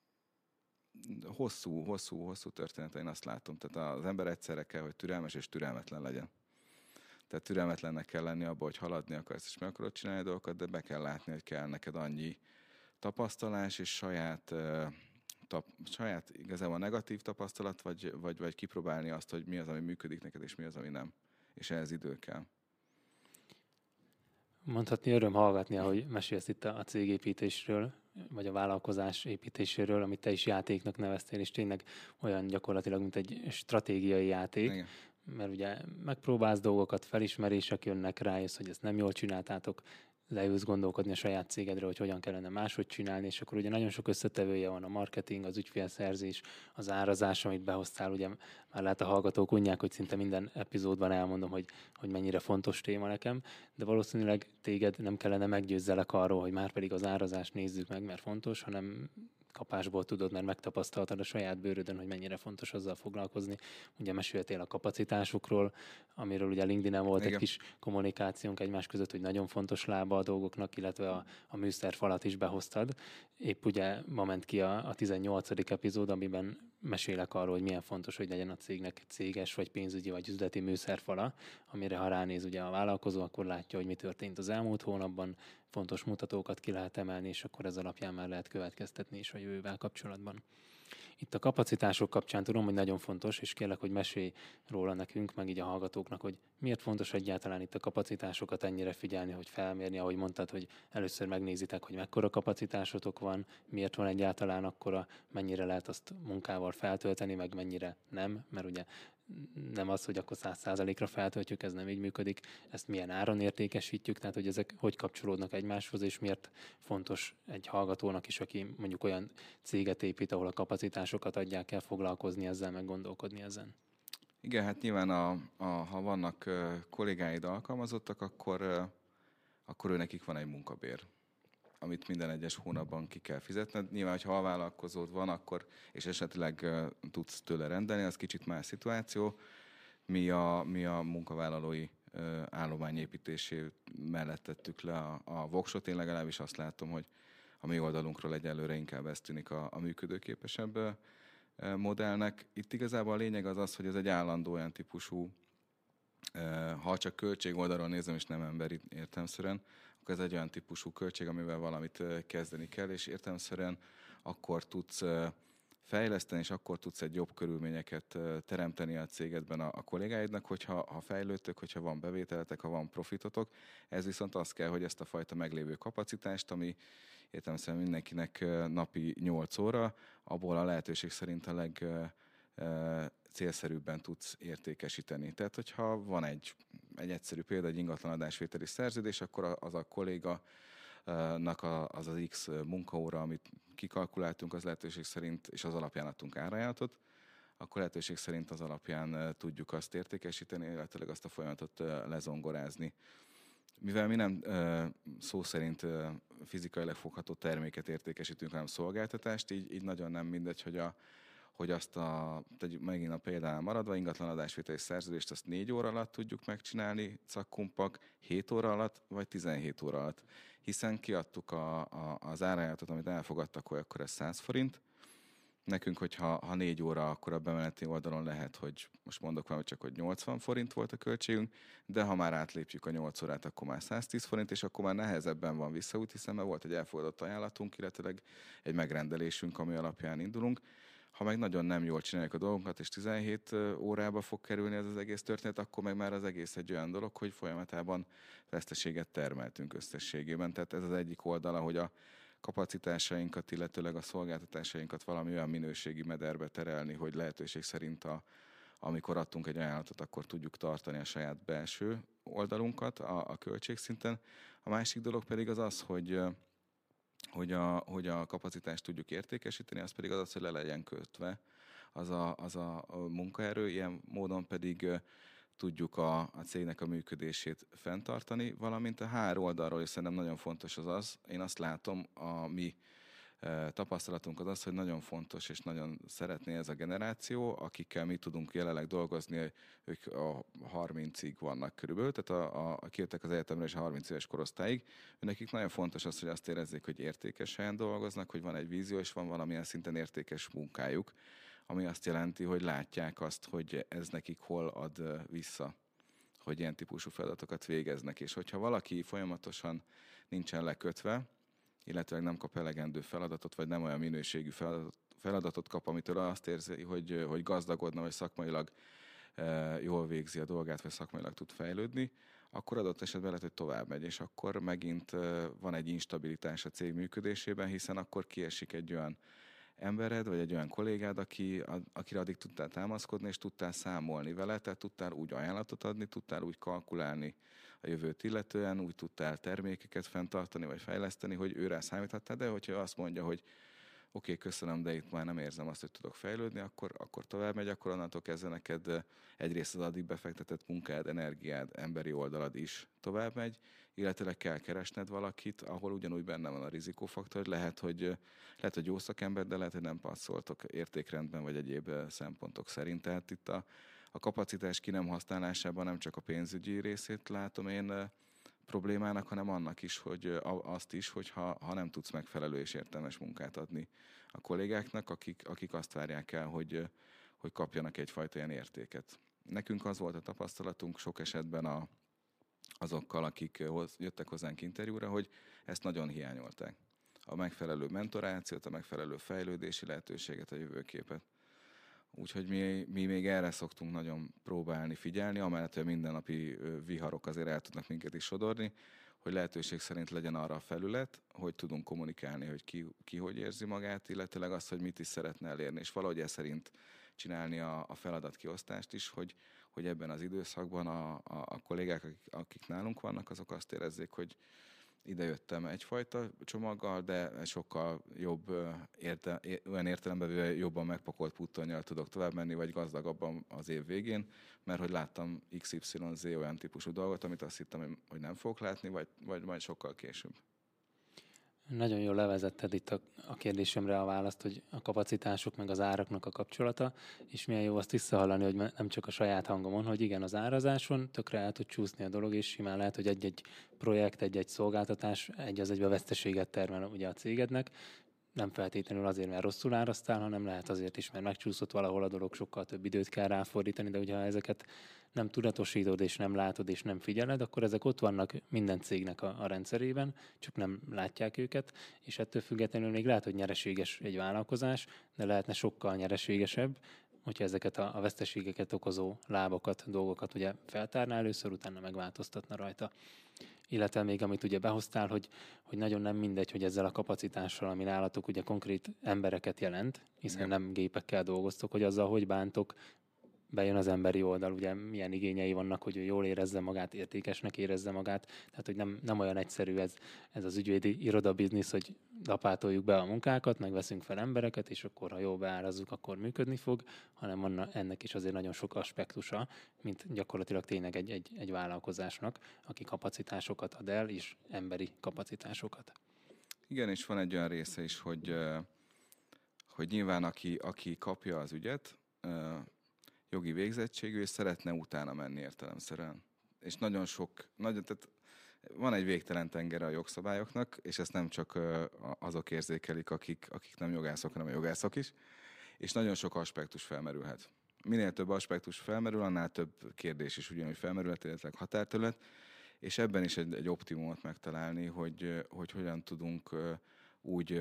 Hosszú, hosszú, hosszú történet, én azt látom. Tehát az ember egyszerre kell, hogy türelmes és türelmetlen legyen. Tehát türelmetlennek kell lenni abban, hogy haladni akarsz, és meg akarod csinálni dolgokat, de be kell látni, hogy kell neked annyi tapasztalás és saját, tap, saját igazából negatív tapasztalat, vagy, vagy, vagy kipróbálni azt, hogy mi az, ami működik neked, és mi az, ami nem. És ehhez idő kell. Mondhatni öröm hallgatni, ahogy mesélsz itt a cégépítésről, vagy a vállalkozás építéséről, amit te is játéknak neveztél, és tényleg olyan gyakorlatilag, mint egy stratégiai játék. Igen. Mert ugye megpróbálsz dolgokat, felismerések jönnek rá, és hogy ezt nem jól csináltátok, leülsz gondolkodni a saját cégedről, hogy hogyan kellene máshogy csinálni, és akkor ugye nagyon sok összetevője van, a marketing, az ügyfélszerzés, az árazás, amit behoztál, ugye már lehet a hallgatók unják, hogy szinte minden epizódban elmondom, hogy, hogy mennyire fontos téma nekem, de valószínűleg téged nem kellene meggyőzzelek arról, hogy már pedig az árazást nézzük meg, mert fontos, hanem kapásból tudod, mert megtapasztaltad a saját bőrödön, hogy mennyire fontos azzal foglalkozni. Ugye meséltél a kapacitásukról, amiről ugye LinkedIn-en volt Igen. egy kis kommunikációnk egymás között, hogy nagyon fontos lába a dolgoknak, illetve a, a műszerfalat is behoztad. Épp ugye ma ment ki a, a tizennyolcadik epizód, amiben mesélek arról, hogy milyen fontos, hogy legyen a cégnek céges, vagy pénzügyi, vagy üzleti műszerfala, amire ha ránéz ugye a vállalkozó, akkor látja, hogy mi történt az elmúlt hónapban, fontos mutatókat ki lehet emelni, és akkor ez alapján már lehet következtetni is a jövővel kapcsolatban. Itt a kapacitások kapcsán tudom, hogy nagyon fontos, és kérlek, hogy mesélj róla nekünk, meg így a hallgatóknak, hogy miért fontos egyáltalán itt a kapacitásokat ennyire figyelni, hogy felmérni, ahogy mondtad, hogy először megnézitek, hogy mekkora kapacitásotok van, miért van egyáltalán akkora, mennyire lehet azt munkával feltölteni, meg mennyire nem, mert ugye nem az, hogy akkor száz százalékra feltöltjük, ez nem így működik, ezt milyen áron értékesítjük, tehát hogy ezek hogy kapcsolódnak egymáshoz, és miért fontos egy hallgatónak is, aki mondjuk olyan céget épít, ahol a kapacitásokat adják el, foglalkozni ezzel, meg gondolkodni ezen. Igen, hát nyilván a, a, ha vannak uh, kollégáid alkalmazottak, akkor, uh, akkor ő nekik van egy munkabér, amit minden egyes hónapban ki kell fizetned. Nyilván, hogyha alvállalkozód van, akkor, és esetleg uh, tudsz tőle rendelni, az kicsit más szituáció. Mi a, mi a munkavállalói uh, állományépítésé mellett tettük le a, a voksot. Én legalábbis azt látom, hogy a mi oldalunkról egyelőre inkább ez tűnik a, a működőképesebb uh, modellnek. Itt igazából a lényeg az az, hogy ez egy állandó olyan típusú, uh, ha csak költség oldalról nézem, és nem emberi értelemszerűen, ez egy olyan típusú költség, amivel valamit kezdeni kell, és értelemszerűen akkor tudsz fejleszteni, és akkor tudsz egy jobb körülményeket teremteni a cégedben a, a kollégáidnak, hogyha ha fejlődtök, hogyha van bevételetek, ha van profitotok. Ez viszont az kell, hogy ezt a fajta meglévő kapacitást, ami értelemszerűen mindenkinek napi nyolc óra, abból a lehetőség szerint a leg célszerűbben tudsz értékesíteni. Tehát, hogyha van egy, egy egyszerű példa, egy ingatlanadásvételi szerződés, akkor az a kolléganak az az X munkaóra, amit kikalkuláltunk, az lehetőség szerint, és az alapján adtunk árajánlatot, akkor lehetőség szerint az alapján tudjuk azt értékesíteni, illetve azt a folyamatot lezongorázni. Mivel mi nem szó szerint fizikailag fogható terméket értékesítünk, hanem szolgáltatást, így, így nagyon nem mindegy, hogy a hogy azt a, megint a példánál maradva, ingatlanadásvételi szerződést azt négy óra alatt tudjuk megcsinálni, cakkumpak, hét óra alatt, vagy tizenhét óra alatt. Hiszen kiadtuk a, a, az árajánlatot, amit elfogadtak, hogy akkor ez száz forint. Nekünk, hogyha ha négy óra, akkor a bemeneti oldalon lehet, hogy most mondok valamit csak, hogy nyolcvan forint volt a költségünk, de ha már átlépjük a nyolc órát, akkor már száztíz forint, és akkor már nehezebben van visszaút, hiszen már volt egy elfogadott ajánlatunk, illetve egy megrendelésünk, ami alapján indulunk. Ha meg nagyon nem jól csináljuk a dolgunkat, és tizenhét órába fog kerülni ez az egész történet, akkor meg már az egész egy olyan dolog, hogy folyamatában veszteséget termeltünk összességében. Tehát ez az egyik oldala, hogy a kapacitásainkat, illetőleg a szolgáltatásainkat valami olyan minőségi mederbe terelni, hogy lehetőség szerint, a, amikor adtunk egy ajánlatot, akkor tudjuk tartani a saját belső oldalunkat a, a költségszinten. A másik dolog pedig az az, hogy Hogy a, hogy a kapacitást tudjuk értékesíteni, az pedig az az, hogy le legyen kötve az a, az a munkaerő, ilyen módon pedig uh, tudjuk a, a cégnek a működését fenntartani, valamint a há er oldalról is szerintem nagyon fontos az az, én azt látom, a mi uh, tapasztalatunk az az, hogy nagyon fontos és nagyon szeretné ez a generáció, akikkel mi tudunk jelenleg dolgozni, ők a harmincig vannak körülbelül, tehát a, a, a kijöttek az egyetemre és a harminc éves korosztályig. Nekik nagyon fontos az, hogy azt érezzék, hogy értékes helyen dolgoznak, hogy van egy vízió, és van valamilyen szinten értékes munkájuk, ami azt jelenti, hogy látják azt, hogy ez nekik hol ad vissza, hogy ilyen típusú feladatokat végeznek. És hogyha valaki folyamatosan nincsen lekötve, illetve nem kap elegendő feladatot, vagy nem olyan minőségű feladatot, feladatot kap, amitől azt érzi, hogy, hogy gazdagodna, vagy szakmailag e, jól végzi a dolgát, vagy szakmailag tud fejlődni, akkor adott esetben lehet, hogy tovább megy, és akkor megint van egy instabilitás a cég működésében, hiszen akkor kiesik egy olyan embered, vagy egy olyan kollégád, aki, akire addig tudtál támaszkodni, és tudtál számolni vele, tehát tudtál úgy ajánlatot adni, tudtál úgy kalkulálni a jövőt illetően, úgy tudtál termékeket fenntartani, vagy fejleszteni, hogy őre számíthattál, de hogyha azt mondja, hogy oké, okay, köszönöm, de itt már nem érzem azt, hogy tudok fejlődni, akkor, akkor tovább megy, akkor onnantól kezdve neked egyrészt az addig befektetett munkád, energiád, emberi oldalad is tovább megy, illetve kell keresned valakit, ahol ugyanúgy benne van a rizikófaktor, hogy lehet, hogy, lehet, hogy jó szakember, de lehet, hogy nem passzoltok értékrendben, vagy egyéb szempontok szerint. Tehát itt a, a kapacitás ki nem használásában nem csak a pénzügyi részét látom én problémának, hanem annak is, hogy azt is, hogy ha, ha nem tudsz megfelelő és értelmes munkát adni a kollégáknak, akik, akik azt várják el, hogy, hogy kapjanak egyfajta ilyen értéket. Nekünk az volt a tapasztalatunk sok esetben a, azokkal, akik hoz, jöttek hozzánk interjúra, hogy ezt nagyon hiányolták. A megfelelő mentorációt, a megfelelő fejlődési lehetőséget, a jövőképet. Úgyhogy mi, mi még erre szoktunk nagyon próbálni figyelni, amellett, hogy a mindennapi viharok azért el tudnak minket is sodorni, hogy lehetőség szerint legyen arra a felület, hogy tudunk kommunikálni, hogy ki, ki hogy érzi magát, illetőleg azt, hogy mit is szeretne elérni, és valahogy ez szerint csinálni a, a feladatkiosztást is, hogy, hogy ebben az időszakban a, a, a kollégák, akik, akik nálunk vannak, azok azt érezzék, hogy idejöttem egyfajta csomaggal, de sokkal jobb, érte, olyan értelemben jobban megpakolt puttonnyal tudok tovább menni, vagy gazdagabban az év végén, mert hogy láttam iksz ipszilon zé olyan típusú dolgot, amit azt hittem, hogy nem fogok látni, vagy, vagy majd sokkal később. Nagyon jól levezetted itt a, a kérdésemre a választ, hogy a kapacitások meg az áraknak a kapcsolata, és milyen jó azt visszahallani, hogy nem csak a saját hangomon, hogy igen, az árazáson tökre el tud csúszni a dolog, és simán lehet, hogy egy-egy projekt, egy-egy szolgáltatás egy az egybe veszteséget termel ugye a cégednek, nem feltétlenül azért, mert rosszul áraztál, hanem lehet azért is, mert megcsúszott valahol a dolog, sokkal több időt kell ráfordítani, de ugye ha ezeket nem tudatosítod, és nem látod, és nem figyeled, akkor ezek ott vannak minden cégnek a, a rendszerében, csak nem látják őket, és ettől függetlenül még lehet, hogy nyereséges egy vállalkozás, de lehetne sokkal nyereségesebb, hogyha ezeket a, a veszteségeket okozó lábokat, dolgokat ugye feltárná először, utána megváltoztatna rajta. Illetve még amit ugye behoztál, hogy, hogy nagyon nem mindegy, hogy ezzel a kapacitással, ami nálatok ugye konkrét embereket jelent, hiszen igen, nem gépekkel dolgoztok, hogy azzal hogy bántok, bejön az emberi oldal, ugye milyen igényei vannak, hogy ő jól érezze magát, értékesnek érezze magát, tehát hogy nem, nem olyan egyszerű ez, ez az ügyvédi irodabiznisz, hogy lapátoljuk be a munkákat, megveszünk fel embereket, és akkor ha jól beárazzuk, akkor működni fog, hanem van ennek is azért nagyon sok aspektusa, mint gyakorlatilag tényleg egy, egy, egy vállalkozásnak, aki kapacitásokat ad el, és emberi kapacitásokat. Igen, és van egy olyan része is, hogy, hogy nyilván aki, aki kapja az ügyet, jogi végzettségű, és szeretne utána menni értelemszerűen. És nagyon sok, nagyon, tehát van egy végtelen tengere a jogszabályoknak, és ezt nem csak azok érzékelik, akik, akik nem jogászok, hanem a jogászok is, és nagyon sok aspektus felmerülhet. Minél több aspektus felmerül, annál több kérdés is ugyanúgy felmerülhet, illetve határterület, és ebben is egy, egy optimumot megtalálni, hogy, hogy hogyan tudunk úgy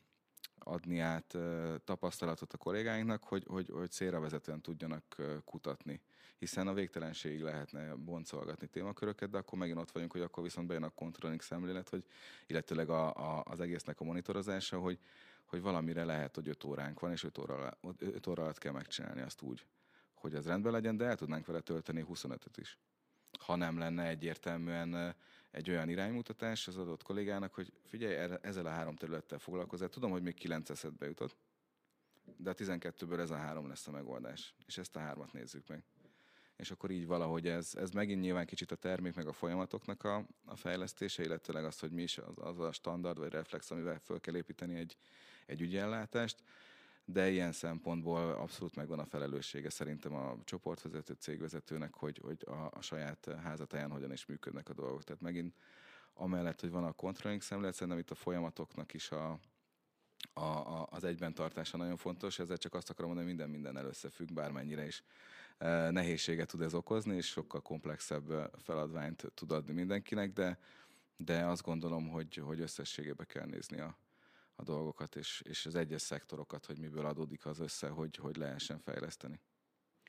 adni át tapasztalatot a kollégáinknak, hogy, hogy, hogy célra vezetően tudjanak kutatni. Hiszen a végtelenségig lehetne boncolgatni témaköröket, de akkor megint ott vagyunk, hogy akkor viszont bejön a controlling szemlélet, hogy, illetőleg a, a, az egésznek a monitorozása, hogy, hogy valamire lehet, hogy öt óránk van, és öt óra, öt óra alatt kell megcsinálni azt úgy, hogy az rendben legyen, de el tudnánk vele tölteni huszonötöt is. Ha nem lenne egyértelműen egy olyan iránymutatás az adott kollégának, hogy figyelj, ezzel a három területtel foglalkozzál. Tudom, hogy még kilenc eszedbe jutott, de a tizenkettőből ez a három lesz a megoldás. És ezt a hármat nézzük meg. És akkor így valahogy ez, ez megint nyilván kicsit a termék meg a folyamatoknak a, a fejlesztése, illetőleg az, hogy mi is az, az a standard vagy reflex, amivel föl kell építeni egy, egy ügyellátást. De ilyen szempontból abszolút megvan a felelőssége szerintem a csoportvezető, cégvezetőnek, hogy, hogy a, a saját házatáján hogyan is működnek a dolgok. Tehát megint amellett, hogy van a controlling szemlélet, szerintem itt a folyamatoknak is a, a, a, az egyben tartása nagyon fontos. Ezzel csak azt akarom mondani, hogy minden mindennel összefügg, bármennyire is e, nehézséget tud ez okozni, és sokkal komplexebb feladványt tud adni mindenkinek, de, de azt gondolom, hogy, hogy összességében kell nézni a a dolgokat, és, és az egyes szektorokat, hogy miből adódik az össze, hogy, hogy lehessen fejleszteni.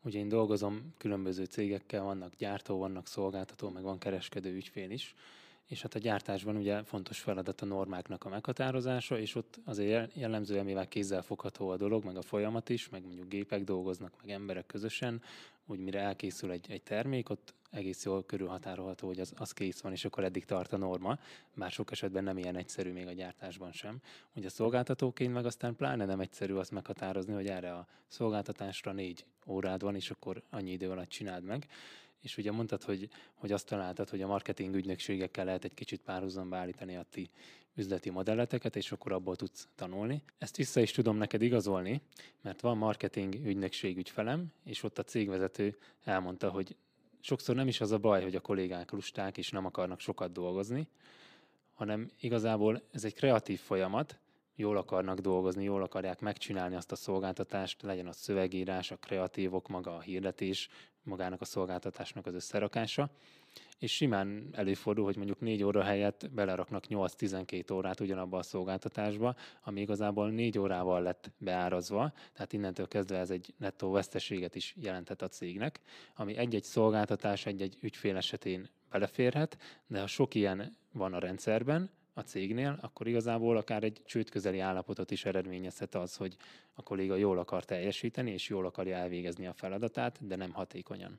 Ugye én dolgozom különböző cégekkel, vannak gyártó, vannak szolgáltató, meg van kereskedő ügyfél is, és hát a gyártásban ugye fontos feladat a normáknak a meghatározása, és ott azért jellemzően, mivel kézzelfogható a dolog, meg a folyamat is, meg mondjuk gépek dolgoznak, meg emberek közösen, úgy mire elkészül egy, egy termék, ott egész jól körülhatárolható, hogy az, az kész van, és akkor eddig tart a norma, bár sok esetben nem ilyen egyszerű még a gyártásban sem. Ugye a szolgáltatóként meg aztán pláne nem egyszerű azt meghatározni, hogy erre a szolgáltatásra négy órád van, és akkor annyi idő alatt csináld meg. És ugye mondtad, hogy, hogy azt találtad, hogy a marketing ügynökségekkel lehet egy kicsit párhuzamba állítani a ti üzleti modelleteket, és akkor abból tudsz tanulni. Ezt vissza is tudom neked igazolni, mert van marketing ügynökség ügyfelem, és ott a cégvezető elmondta, hogy sokszor nem is az a baj, hogy a kollégák lusták és nem akarnak sokat dolgozni, hanem igazából ez egy kreatív folyamat, jól akarnak dolgozni, jól akarják megcsinálni azt a szolgáltatást, legyen a szövegírás, a kreatívok, maga a hirdetés, magának a szolgáltatásnak az összerakása, és simán előfordul, hogy mondjuk négy óra helyett beleraknak nyolc-tizenkét órát ugyanabba a szolgáltatásba, ami igazából négy órával lett beárazva, tehát innentől kezdve ez egy nettó veszteséget is jelenthet a cégnek, ami egy-egy szolgáltatás egy-egy ügyfél esetén beleférhet, de ha sok ilyen van a rendszerben, a cégnél, akkor igazából akár egy csődközeli állapotot is eredményezhet az, hogy a kolléga jól akar teljesíteni, és jól akarja elvégezni a feladatát, de nem hatékonyan.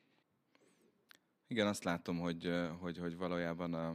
Igen, azt látom, hogy, hogy, hogy valójában a,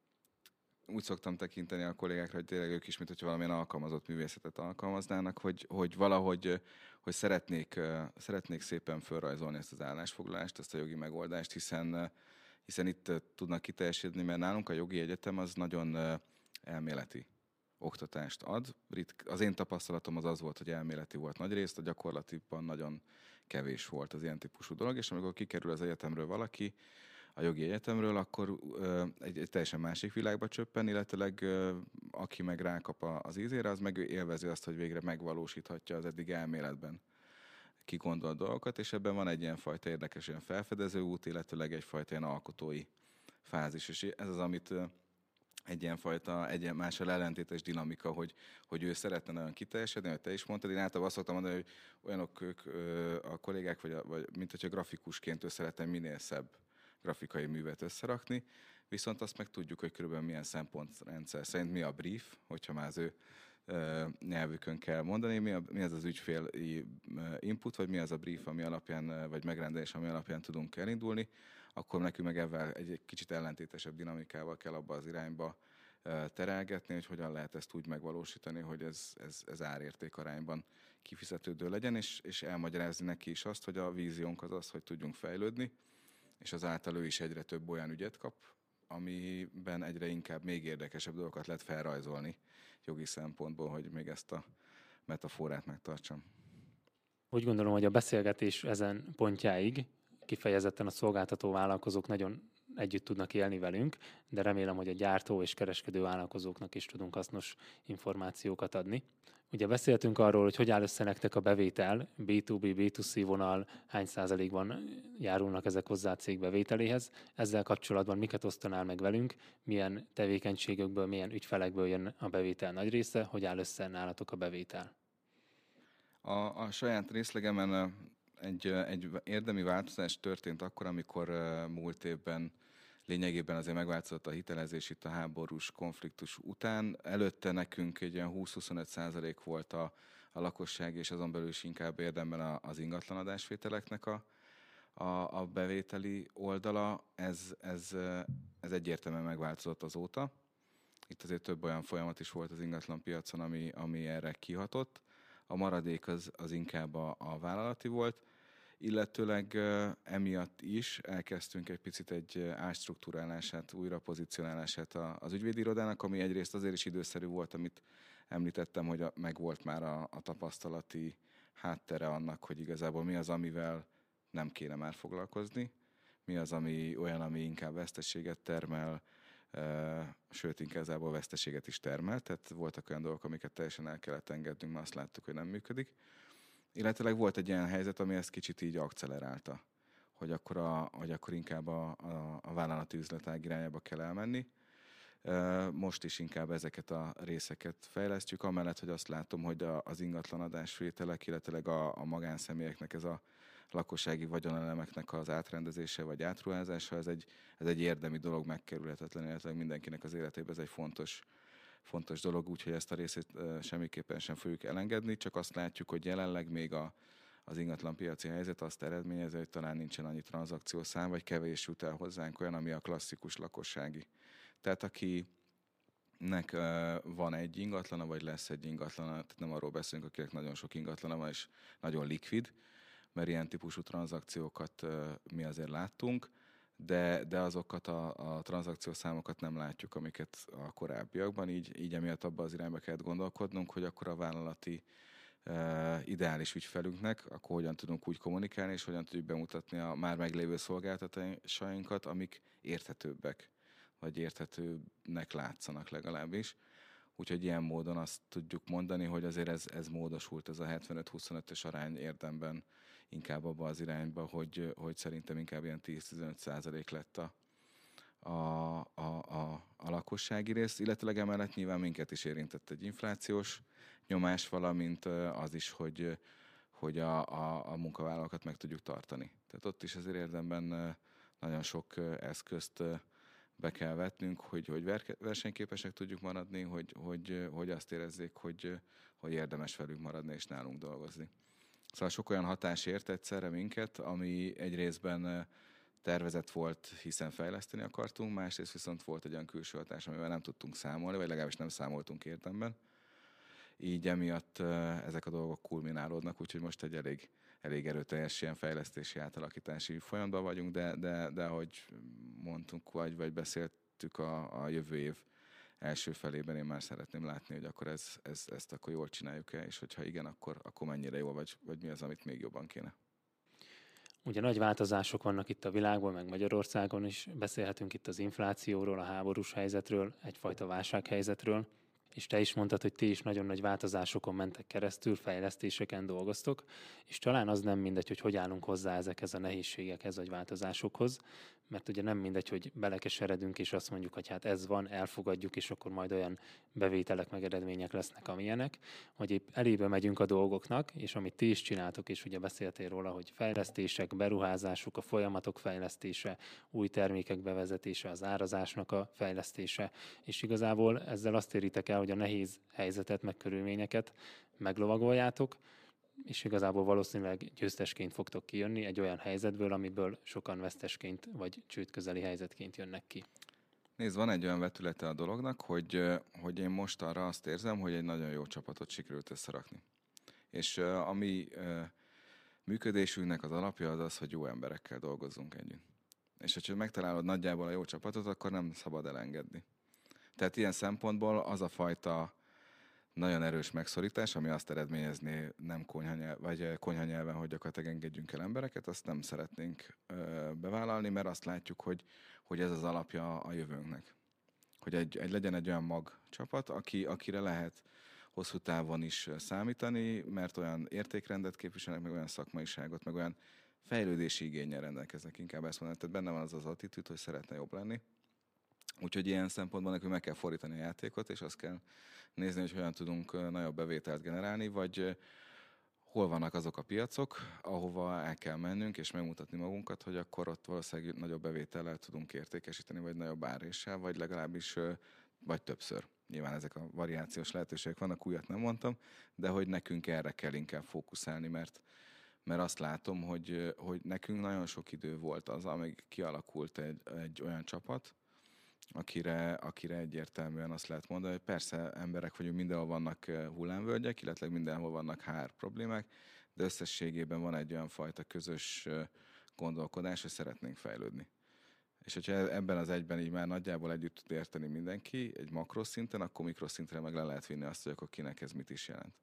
úgy szoktam tekinteni a kollégákra, hogy tényleg ők is, mint hogyha valamilyen alkalmazott művészetet alkalmaznának, hogy, hogy valahogy hogy szeretnék, szeretnék szépen felrajzolni ezt az állásfoglalást, ezt a jogi megoldást, hiszen hiszen itt tudnak kiteljesedni, mert nálunk a jogi egyetem az nagyon elméleti oktatást ad. Az én tapasztalatom az az volt, hogy elméleti volt nagyrészt, a gyakorlatiban nagyon kevés volt az ilyen típusú dolog, és amikor kikerül az egyetemről valaki, a jogi egyetemről, akkor egy, egy teljesen másik világba csöppen, illetőleg aki meg rákap az ízére, az meg élvezi azt, hogy végre megvalósíthatja az eddig elméletben kigondolt dolgokat, és ebben van egy ilyen fajta érdekes ilyen felfedező út, illetőleg egyfajta ilyen alkotói fázis, és ez az, amit egy ilyen fajta, egy ilyen mással ellentétes dinamika, hogy, hogy ő szeretne nagyon kiteljesedni, hogy te is mondtad, én általában azt szoktam mondani, hogy olyanok ők, a kollégák, vagy, vagy mint hogyha grafikusként ő szeretne minél szebb grafikai művet összerakni, viszont azt meg tudjuk, hogy körülbelül milyen szempontrendszer szerint mi a brief, hogyha már az ő nyelvükön kell mondani, mi, a, mi az az ügyféli input, vagy mi az a brief, ami alapján, vagy megrendelés, ami alapján tudunk elindulni, akkor nekünk meg ebben egy kicsit ellentétesebb dinamikával kell abba az irányba terelgetni, hogy hogyan lehet ezt úgy megvalósítani, hogy ez, ez, ez árérték arányban kifizetődő legyen, és, és elmagyarázni neki is azt, hogy a víziónk az az, hogy tudjunk fejlődni, és azáltal ő is egyre több olyan ügyet kap, amiben egyre inkább még érdekesebb dolgokat lehet felrajzolni jogi szempontból, hogy még ezt a metaforát megtartsam. Úgy gondolom, hogy a beszélgetés ezen pontjáig kifejezetten a szolgáltató vállalkozók nagyon együtt tudnak élni velünk, de remélem, hogy a gyártó és kereskedő vállalkozóknak is tudunk hasznos információkat adni. Ugye beszéltünk arról, hogy hogy áll össze nektek a bevétel, bé kettő bé, bé kettő cé vonal, hány százalékban járulnak ezek hozzá a cég bevételéhez. Ezzel kapcsolatban miket osztanál meg velünk, milyen tevékenységekből, milyen ügyfelekből jön a bevétel nagy része, hogy áll össze nálatok a bevétel? A, a saját részlegemen egy, egy érdemi változás történt akkor, amikor múlt évben lényegében azért megváltozott a hitelezés itt a háborús konfliktus után. Előtte nekünk egy ilyen húsz-huszonöt százalék volt a, a lakosság, és azon belül is inkább érdemben a, az ingatlanadásvételeknek a, a, a bevételi oldala. Ez, ez, ez egyértelműen megváltozott azóta. Itt azért több olyan folyamat is volt az ingatlanpiacon, ami, ami erre kihatott. A maradék az, az inkább a, a vállalati volt, illetőleg uh, emiatt is elkezdtünk egy picit egy átstruktúrálását, újra pozícionálását az ügyvédi irodának, ami egyrészt azért is időszerű volt, amit említettem, hogy a, megvolt már a, a tapasztalati háttere annak, hogy igazából mi az, amivel nem kéne már foglalkozni, mi az, ami olyan, ami inkább veszteséget termel, uh, sőt, inkább igazából veszteséget is termel, tehát voltak olyan dolgok, amiket teljesen el kellett engednünk, mert azt láttuk, hogy nem működik. Illetőleg volt egy ilyen helyzet, ami ezt kicsit így akcelerálta, hogy akkor, a, hogy akkor inkább a, a, a vállalati üzletág irányába kell elmenni. Most is inkább ezeket a részeket fejlesztjük, amellett, hogy azt látom, hogy a, az ingatlanadásvételek, illetőleg a, a magánszemélyeknek ez a lakossági vagyonelemeknek az átrendezése vagy átruházása, ez egy, ez egy érdemi dolog, megkerülhetetlen, illetve mindenkinek az életében ez egy fontos, fontos dolog, úgyhogy ezt a részét semmiképpen sem fogjuk elengedni, csak azt látjuk, hogy jelenleg még a, az ingatlanpiaci helyzet azt eredményezi, hogy talán nincsen annyi tranzakciószám, vagy kevés jut el hozzánk olyan, ami a klasszikus lakossági. Tehát akinek van egy ingatlana, vagy lesz egy ingatlana, tehát nem arról beszélünk, akinek nagyon sok ingatlana van, és nagyon likvid, mert ilyen típusú tranzakciókat mi azért láttunk, de, de azokat a, a tranzakciószámokat nem látjuk, amiket a korábbiakban, így, így emiatt abban az irányba kellett gondolkodnunk, hogy akkor a vállalati uh, ideális ügyfelünknek, akkor hogyan tudunk úgy kommunikálni, és hogyan tudjuk bemutatni a már meglévő szolgáltatásainkat, amik érthetőbbek, vagy érthetőnek látszanak legalábbis. Úgyhogy ilyen módon azt tudjuk mondani, hogy azért ez, ez módosult, ez a hetvenöt huszonötös arány érdemben inkább abba az irányba, hogy, hogy szerintem inkább ilyen tíz-tizenöt százalék lett a, a, a, a, a lakossági rész, illetőleg emellett nyilván minket is érintett egy inflációs nyomás, valamint az is, hogy, hogy a, a, a munkavállalókat meg tudjuk tartani. Tehát ott is azért érdemben nagyon sok eszközt be kell vetnünk, hogy, hogy versenyképesek tudjuk maradni, hogy, hogy, hogy azt érezzék, hogy, hogy érdemes velük maradni és nálunk dolgozni. Szóval sok olyan hatás ért egyszerre minket, ami egy részben tervezett volt, hiszen fejleszteni akartunk, másrészt viszont volt egy olyan külső hatás, amivel nem tudtunk számolni, vagy legalábbis nem számoltunk érdemben. Így emiatt ezek a dolgok kulminálódnak, úgyhogy most egy elég, elég erőteljes ilyen fejlesztési, átalakítási folyamatban vagyunk, de, de, de ahogy mondtunk, vagy, vagy beszéltük a, a jövő év első felében, én már szeretném látni, hogy akkor ez, ez, ezt akkor jól csináljuk-e, és hogyha igen, akkor, akkor mennyire jól, vagy, vagy mi az, amit még jobban kéne. Ugye nagy változások vannak itt a világban, meg Magyarországon is. Beszélhetünk itt az inflációról, a háborús helyzetről, egyfajta válsághelyzetről. És te is mondtad, hogy ti is nagyon nagy változásokon mentek keresztül, fejlesztéseken dolgoztok, és talán az nem mindegy, hogy hogy állunk hozzá ezekhez a nehézségekhez vagy változásokhoz, mert ugye nem mindegy, hogy belekeseredünk, és azt mondjuk, hogy hát ez van, elfogadjuk, és akkor majd olyan bevételek meg eredmények lesznek, amilyenek, hogy épp elébe megyünk a dolgoknak, és amit ti is csináltok, és ugye beszéltél róla, hogy fejlesztések, beruházások, a folyamatok fejlesztése, új termékek bevezetése, az árazásnak a fejlesztése, és igazából ezzel azt éritek el, hogy a nehéz helyzetet, meg körülményeket meglovagoljátok, és igazából valószínűleg győztesként fogtok kijönni egy olyan helyzetből, amiből sokan vesztesként vagy csődközeli helyzetként jönnek ki. Nézd, van egy olyan vetülete a dolognak, hogy, hogy én most arra azt érzem, hogy egy nagyon jó csapatot sikerült összerakni. És a mi működésünknek az alapja az az, hogy jó emberekkel dolgozzunk együtt. És hogyha megtalálod nagyjából a jó csapatot, akkor nem szabad elengedni. Tehát ilyen szempontból az a fajta nagyon erős megszorítás, ami azt eredményezné nem konyhanyelv, vagy konyhanyelven, hogy gyakorlatilag engedjünk el embereket, azt nem szeretnénk ö, bevállalni, mert azt látjuk, hogy, hogy ez az alapja a jövőnknek. Hogy egy, egy legyen egy olyan magcsapat, aki, akire lehet hosszú távon is számítani, mert olyan értékrendet képviselnek, meg olyan szakmaiságot, meg olyan fejlődési igénnyel rendelkeznek, inkább ezt mondani. Tehát benne van az az attitűd, hogy szeretne jobb lenni. Úgyhogy ilyen szempontból nekünk meg kell fordítani a játékot, és azt kell nézni, hogy hogyan tudunk nagyobb bevételt generálni, vagy hol vannak azok a piacok, ahova el kell mennünk, és megmutatni magunkat, hogy akkor ott valószínűleg nagyobb bevétellel tudunk értékesíteni, vagy nagyobb áréssel, vagy legalábbis, vagy többször. Nyilván ezek a variációs lehetőségek vannak, újat nem mondtam, de hogy nekünk erre kell inkább fókuszálni, mert mert azt látom, hogy, hogy nekünk nagyon sok idő volt az, amíg kialakult egy, egy olyan csapat, akire, akire egyértelműen azt lehet mondani, hogy persze emberek vagyunk, mindenhol vannak hullámvölgyek, illetve mindenhol vannak hár problémák, de összességében van egy olyan fajta közös gondolkodás, hogy szeretnénk fejlődni. És hogyha ebben az egyben így már nagyjából együtt tud érteni mindenki, egy makroszinten, akkor mikroszintre meg le lehet vinni azt, hogy akkor kinek ez mit is jelent.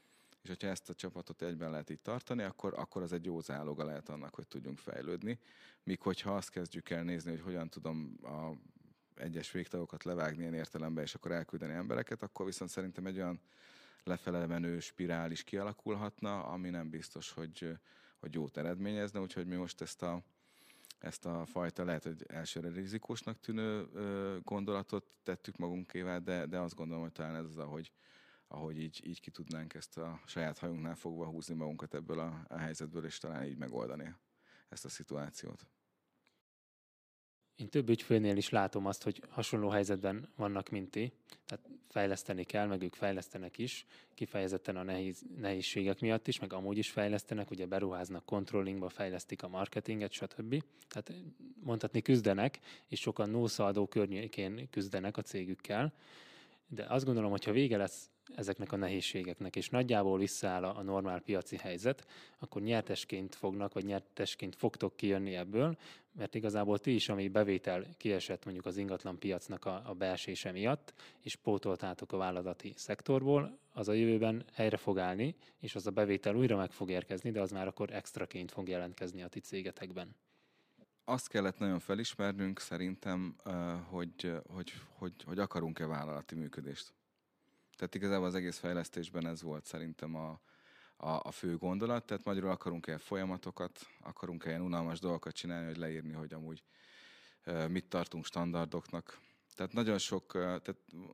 És hogyha ezt a csapatot egyben lehet így tartani, akkor, akkor az egy jó záloga lehet annak, hogy tudjunk fejlődni. Míg hogyha azt kezdjük el nézni, hogy hogyan tudom a egyes végtagokat levágni ilyen értelemben, és akkor elküldeni embereket, akkor viszont szerintem egy olyan lefele menő spirál is kialakulhatna, ami nem biztos, hogy, hogy jót eredményezne, úgyhogy mi most ezt a, ezt a fajta, lehet, hogy elsőre rizikósnak tűnő gondolatot tettük magunkével, de, de azt gondolom, hogy talán ez az, ahogy, ahogy így, így ki tudnánk ezt a saját hajunknál fogva húzni magunkat ebből a, a helyzetből, és talán így megoldani ezt a szituációt. Én több ügyfélnél is látom azt, hogy hasonló helyzetben vannak, mint ti. Tehát fejleszteni kell, meg ők fejlesztenek is, kifejezetten a nehéz, nehézségek miatt is, meg amúgy is fejlesztenek, ugye beruháznak controllingba, fejlesztik a marketinget, stb. Tehát mondhatni küzdenek, és sokan nószaldó környékén küzdenek a cégükkel. De azt gondolom, hogy ha vége lesz ezeknek a nehézségeknek, és nagyjából visszaáll a normál piaci helyzet, akkor nyertesként fognak, vagy nyertesként fogtok kijönni ebből, mert igazából ti is, ami bevétel kiesett mondjuk az ingatlan piacnak a, a beesése miatt, és pótoltátok a vállalati szektorból, az a jövőben helyre fog állni, és az a bevétel újra meg fog érkezni, de az már akkor extraként fog jelentkezni a ti cégetekben. Azt kellett nagyon felismernünk szerintem, hogy, hogy, hogy, hogy akarunk-e vállalati működést. Tehát igazából az egész fejlesztésben ez volt szerintem a, a, a fő gondolat, tehát magyarul akarunk-e folyamatokat, akarunk-e ilyen unalmas dolgokat csinálni, hogy leírni, hogy amúgy mit tartunk standardoknak. Tehát nagyon sok, tehát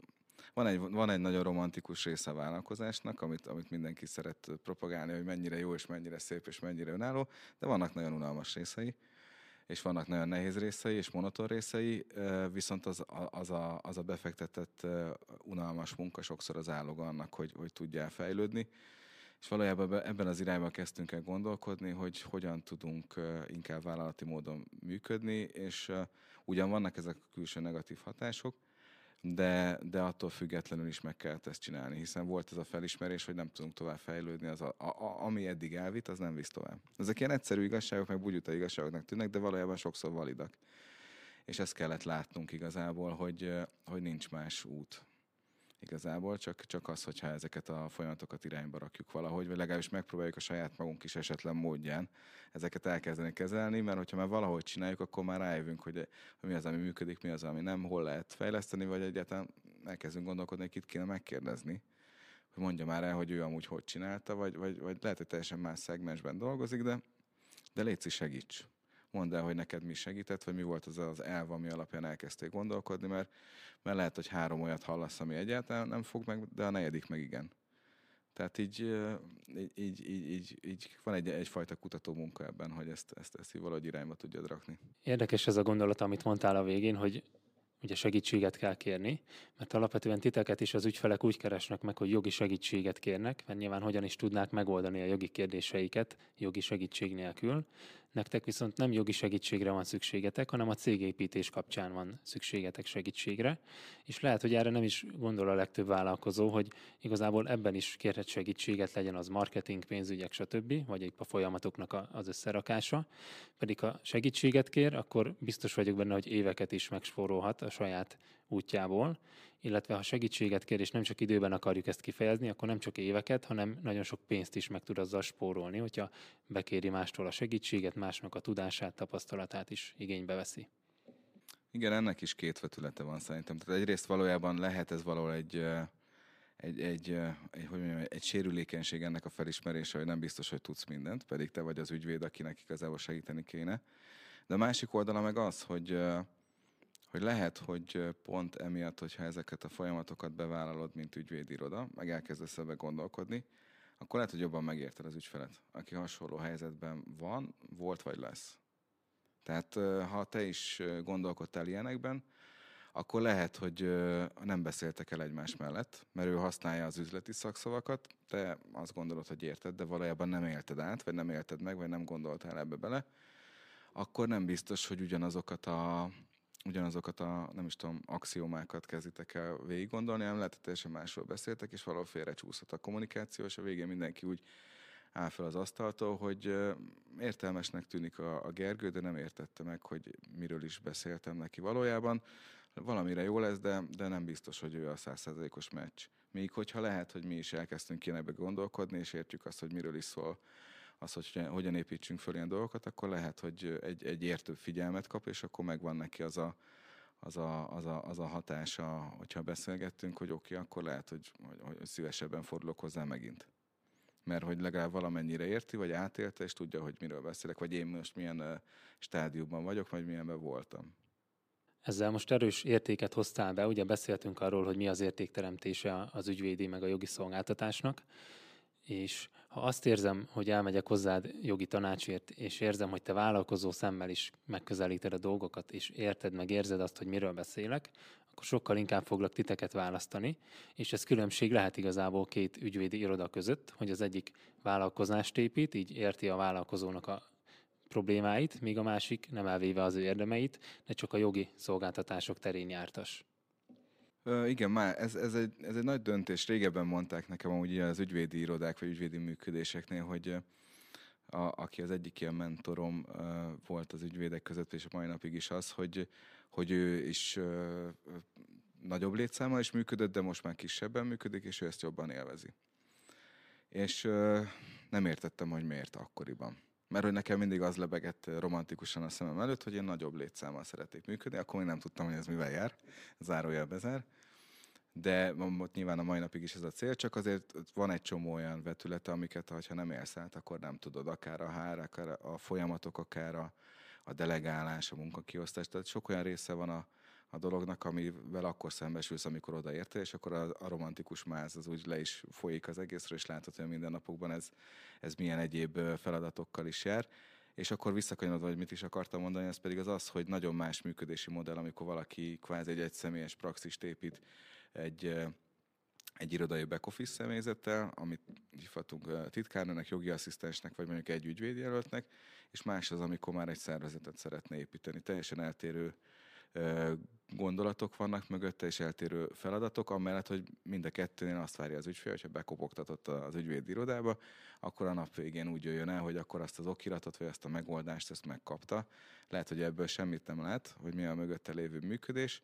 van egy, van egy nagyon romantikus része a vállalkozásnak, amit, amit mindenki szeret propagálni, hogy mennyire jó és mennyire szép és mennyire önálló, de vannak nagyon unalmas részei, és vannak nagyon nehéz részei és monoton részei, viszont az, az, a, az a befektetett unalmas munka sokszor az áloga annak, hogy, hogy tudjál fejlődni. És valójában ebben az irányban kezdtünk el gondolkodni, hogy hogyan tudunk inkább vállalati módon működni, és ugyan vannak ezek a külső negatív hatások, de, de attól függetlenül is meg kellett ezt csinálni, hiszen volt ez a felismerés, hogy nem tudunk tovább fejlődni, az a, a, ami eddig elvitt, az nem visz tovább. Ezek ilyen egyszerű igazságok, meg bugyuta igazságoknak tűnnek, de valójában sokszor validak. És ezt kellett látnunk igazából, hogy, hogy nincs más út. Igazából csak, csak az, hogyha ezeket a folyamatokat irányba rakjuk valahogy, vagy legalábbis megpróbáljuk a saját magunk is esetlen módján ezeket elkezdeni kezelni, mert hogyha már valahogy csináljuk, akkor már rájövünk, hogy, hogy mi az, ami működik, mi az, ami nem, hol lehet fejleszteni, vagy egyáltalán elkezdünk gondolkodni, hogy kit kéne megkérdezni, hogy mondja már el, hogy ő amúgy hogy csinálta, vagy, vagy, vagy lehet, hogy teljesen más szegmensben dolgozik, de, de létszik, segíts. Mondd el, hogy neked mi segített, vagy mi volt az az elv, ami alapján elkezdték gondolkodni, mert, mert lehet, hogy három olyat hallasz, ami egyáltalán nem fog meg, de a negyedik meg igen. Tehát így, így, így, így, így van egy, egyfajta kutató munka ebben, hogy ezt, ezt, ezt így valahogy irányba tudjad rakni. Érdekes ez a gondolat, amit mondtál a végén, hogy ugye segítséget kell kérni, mert alapvetően titeket is az ügyfelek úgy keresnek meg, hogy jogi segítséget kérnek, mert nyilván hogyan is tudnák megoldani a jogi kérdéseiket jogi segítség nélkül. Nektek viszont nem jogi segítségre van szükségetek, hanem a cégépítés kapcsán van szükségetek segítségre, és lehet, hogy erre nem is gondol a legtöbb vállalkozó, hogy igazából ebben is kérhet segítséget, legyen az marketing, pénzügyek, stb., vagy épp a folyamatoknak az összerakása. Pedig ha segítséget kér, akkor biztos vagyok benne, hogy éveket is megspórolhat a saját útjából, illetve ha segítséget kér, és nem csak időben akarjuk ezt kifejezni, akkor nem csak éveket, hanem nagyon sok pénzt is meg tud azzal spórolni, hogyha bekéri mástól a segítséget, másnak a tudását, tapasztalatát is igénybe veszi. Igen, ennek is két vetülete van szerintem. Tehát egyrészt valójában lehet ez valahol egy, egy, egy, egy, hogy mondjam, egy sérülékenység ennek a felismerése, hogy nem biztos, hogy tudsz mindent, pedig te vagy az ügyvéd, akinek igazából segíteni kéne. De a másik oldala meg az, hogy hogy lehet, hogy pont emiatt, hogyha ezeket a folyamatokat bevállalod, mint ügyvédiroda, meg elkezdesz ebbe gondolkodni, akkor lehet, hogy jobban megérted az ügyfelet, aki hasonló helyzetben van, volt vagy lesz. Tehát ha te is gondolkodtál ilyenekben, akkor lehet, hogy nem beszéltek el egymás mellett, mert ő használja az üzleti szakszavakat, te azt gondolod, hogy érted, de valójában nem élted át, vagy nem élted meg, vagy nem gondoltál ebbe bele, akkor nem biztos, hogy ugyanazokat a ugyanazokat a, nem is tudom, axiomákat kezditek el végig gondolni, hanem lehet, hogy teljesen másról beszéltek, és valahol félrecsúszott a kommunikáció, és a végén mindenki úgy áll fel az asztaltól, hogy értelmesnek tűnik a, a Gergő, de nem értette meg, hogy miről is beszéltem neki valójában. Valamire jó lesz, de, de nem biztos, hogy ő a száz százalékos meccs. Míg hogyha lehet, hogy mi is elkezdtünk ilyenekbe gondolkodni, és értjük azt, hogy miről is szól az, hogy hogyan építsünk föl ilyen dolgokat, akkor lehet, hogy egy, egy értőbb figyelmet kap, és akkor megvan neki az a, az a, az a, az a hatása, hogyha beszélgettünk, hogy oké, okay, akkor lehet, hogy, hogy, hogy szívesebben fordulok hozzá megint. Mert hogy legalább valamennyire érti, vagy átélte, és tudja, hogy miről beszélek, vagy én most milyen stádiumban vagyok, vagy milyenben voltam. Ezzel most erős értéket hoztál be, ugye beszéltünk arról, hogy mi az értékteremtése az ügyvédi meg a jogi szolgáltatásnak, és ha azt érzem, hogy elmegyek hozzád jogi tanácsért, és érzem, hogy te vállalkozó szemmel is megközelíted a dolgokat, és érted, meg érzed azt, hogy miről beszélek, akkor sokkal inkább foglak titeket választani, és ez különbség lehet igazából két ügyvédi iroda között, hogy az egyik vállalkozást épít, így érti a vállalkozónak a problémáit, míg a másik nem elvéve az ő érdemeit, de csak a jogi szolgáltatások terén jártas. Ö, igen, már ez, ez, egy, ez egy nagy döntés. Régebben mondták nekem amúgy az ügyvédi irodák vagy ügyvédi működéseknél, hogy a, aki az egyik ilyen mentorom uh, volt az ügyvédek között, és a mai napig is az, hogy, hogy ő is uh, nagyobb létszámmal is működött, de most már kisebben működik, és ő ezt jobban élvezi. És uh, nem értettem, hogy miért akkoriban. Mert hogy nekem mindig az lebegett romantikusan a szemem előtt, hogy én nagyobb létszámmal szeretnék működni, akkor még nem tudtam, hogy ez mivel jár, zárójel bezár. De ott nyilván a mai napig is ez a cél, csak azért van egy csomó olyan vetülete, amiket ha nem élsz át, akkor nem tudod, akár a há er, akár a folyamatok, akár a, a delegálás, a munkakiosztás. Tehát sok olyan része van a, a dolognak, amivel akkor szembesülsz, amikor odaértél, és akkor a, a romantikus máz az úgy le is folyik az egészről, és látod, hogy a mindennapokban ez, ez milyen egyéb feladatokkal is jár. És akkor visszakanyarodva, hogy mit is akartam mondani, ez pedig az az, hogy nagyon más működési modell, amikor valaki kvázi egy egyszemélyes praxist épít egy, egy irodai back-office személyzettel, amit hívhatunk titkárnőnek, jogi asszisztensnek, vagy mondjuk egy ügyvédjelöltnek, és más az, amikor már egy szervezetet szeretne építeni. Teljesen eltérő gondolatok vannak mögötte, és eltérő feladatok, amellett, hogy mind a kettőnél azt várja az ügyfél, hogyha bekopogtatott az ügyvédi irodába, akkor a nap végén úgy jöjjön el, hogy akkor azt az okiratot, vagy azt a megoldást, ezt megkapta. Lehet, hogy ebből semmit nem lát, hogy mi a mögötte lévő működés,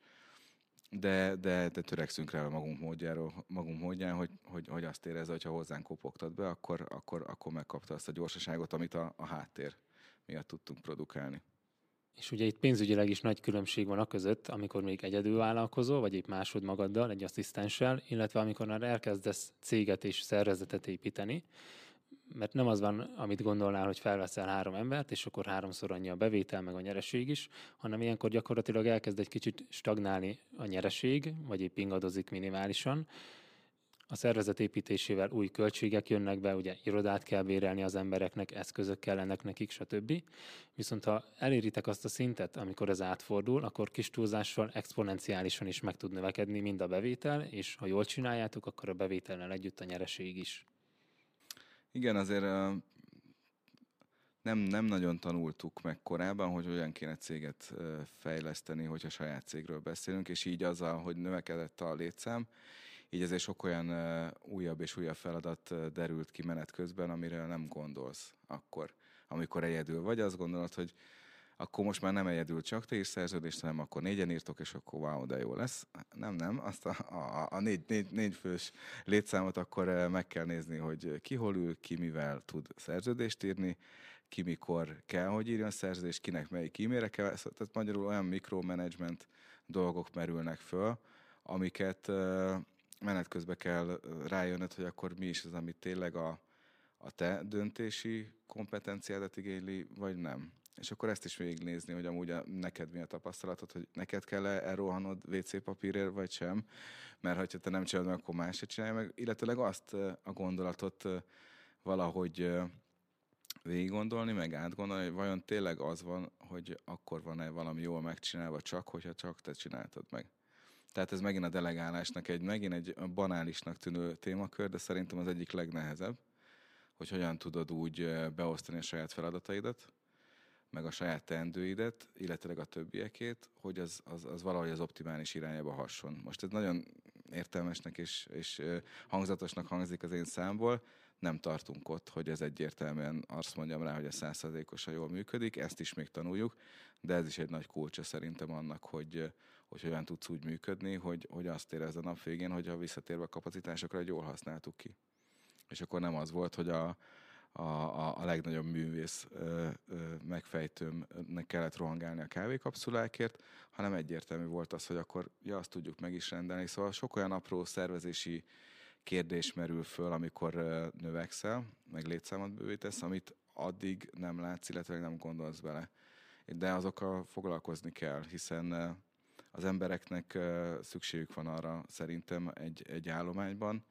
de, de, de törekszünk rá a magunk módjáról, magunk módján, hogy, hogy, hogy azt érezze, hogy ha hozzánk kopogtat be, akkor, akkor, akkor megkapta azt a gyorsaságot, amit a, a háttér miatt tudtunk produkálni. És ugye itt pénzügyileg is nagy különbség van a között, amikor még egyedül vállalkozol, vagy épp másod magaddal, egy asszisztenssel, illetve amikor már elkezdesz céget és szervezetet építeni, mert nem az van, amit gondolnál, hogy felveszel három embert, és akkor háromszor annyi a bevétel, meg a nyereség is, hanem ilyenkor gyakorlatilag elkezd egy kicsit stagnálni a nyereség, vagy épp ingadozik minimálisan. A szervezet építésével új költségek jönnek be, ugye irodát kell bérelni az embereknek, eszközök kellenek nekik, stb. Viszont ha eléritek azt a szintet, amikor ez átfordul, akkor kis túlzással exponenciálisan is meg tud növekedni mind a bevétel, és ha jól csináljátok, akkor a bevétellel együtt a nyereség is. Igen, azért nem, nem nagyon tanultuk meg korábban, hogy olyan kéne céget fejleszteni, hogyha saját cégről beszélünk, és így azzal, hogy növekedett a létszám, így ezért sok olyan újabb és újabb feladat derült ki menet közben, amire nem gondolsz akkor. Amikor egyedül vagy, azt gondolod, hogy akkor most már nem egyedül csak te is szerződést, hanem akkor négyen írtok, és akkor wow, de jó lesz. Nem, nem, azt a, a, a négy, négy, négy fős létszámot akkor meg kell nézni, hogy ki hol ül, ki mivel tud szerződést írni, ki mikor kell, hogy írjon szerződést, kinek melyik e-mailre kell. Tehát magyarul olyan mikromanagement dolgok merülnek föl, amiket menet közben kell rájönnöd, hogy akkor mi is az, amit tényleg a, a te döntési kompetenciádat igényli, vagy nem. És akkor ezt is végignézni, hogy amúgy a, neked mi a tapasztalatod, hogy neked kell-e elrohanod vé cé papírért, vagy sem. Mert ha te nem csinálod meg, akkor más se csinálja meg. Illetőleg azt a gondolatot valahogy végig gondolni, meg átgondolni, hogy vajon tényleg az van, hogy akkor van-e valami jól megcsinálva csak, hogyha csak te csináltad meg. Tehát ez megint a delegálásnak egy, megint egy banálisnak tűnő témakör, de szerintem az egyik legnehezebb, hogy hogyan tudod úgy beosztani a saját feladataidat, meg a saját teendőidet, illetve a többiekét, hogy az, az, az valahogy az optimális irányába hasson. Most ez nagyon értelmesnek és, és hangzatosnak hangzik az én számból, nem tartunk ott, hogy ez egyértelműen azt mondjam rá, hogy a száz százalékosan jól működik, ezt is még tanuljuk, de ez is egy nagy kulcsa szerintem annak, hogy, hogy hogyan tudsz úgy működni, hogy, hogy azt érezd a nap végén, hogy ha visszatérve a kapacitásokra, hogy jól használtuk ki. És akkor nem az volt, hogy a A, a, a legnagyobb művész ö, ö, megfejtőmnek kellett rohangálni a kávékapszulákért, hanem egyértelmű volt az, hogy akkor ja, azt tudjuk meg is rendelni. Szóval sok olyan apró szervezési kérdés merül föl, amikor ö, növekszel, meg létszámot bővítesz, amit addig nem látsz, illetve nem gondolsz bele. De azokkal foglalkozni kell, hiszen Az embereknek szükségük van arra szerintem egy, egy állományban,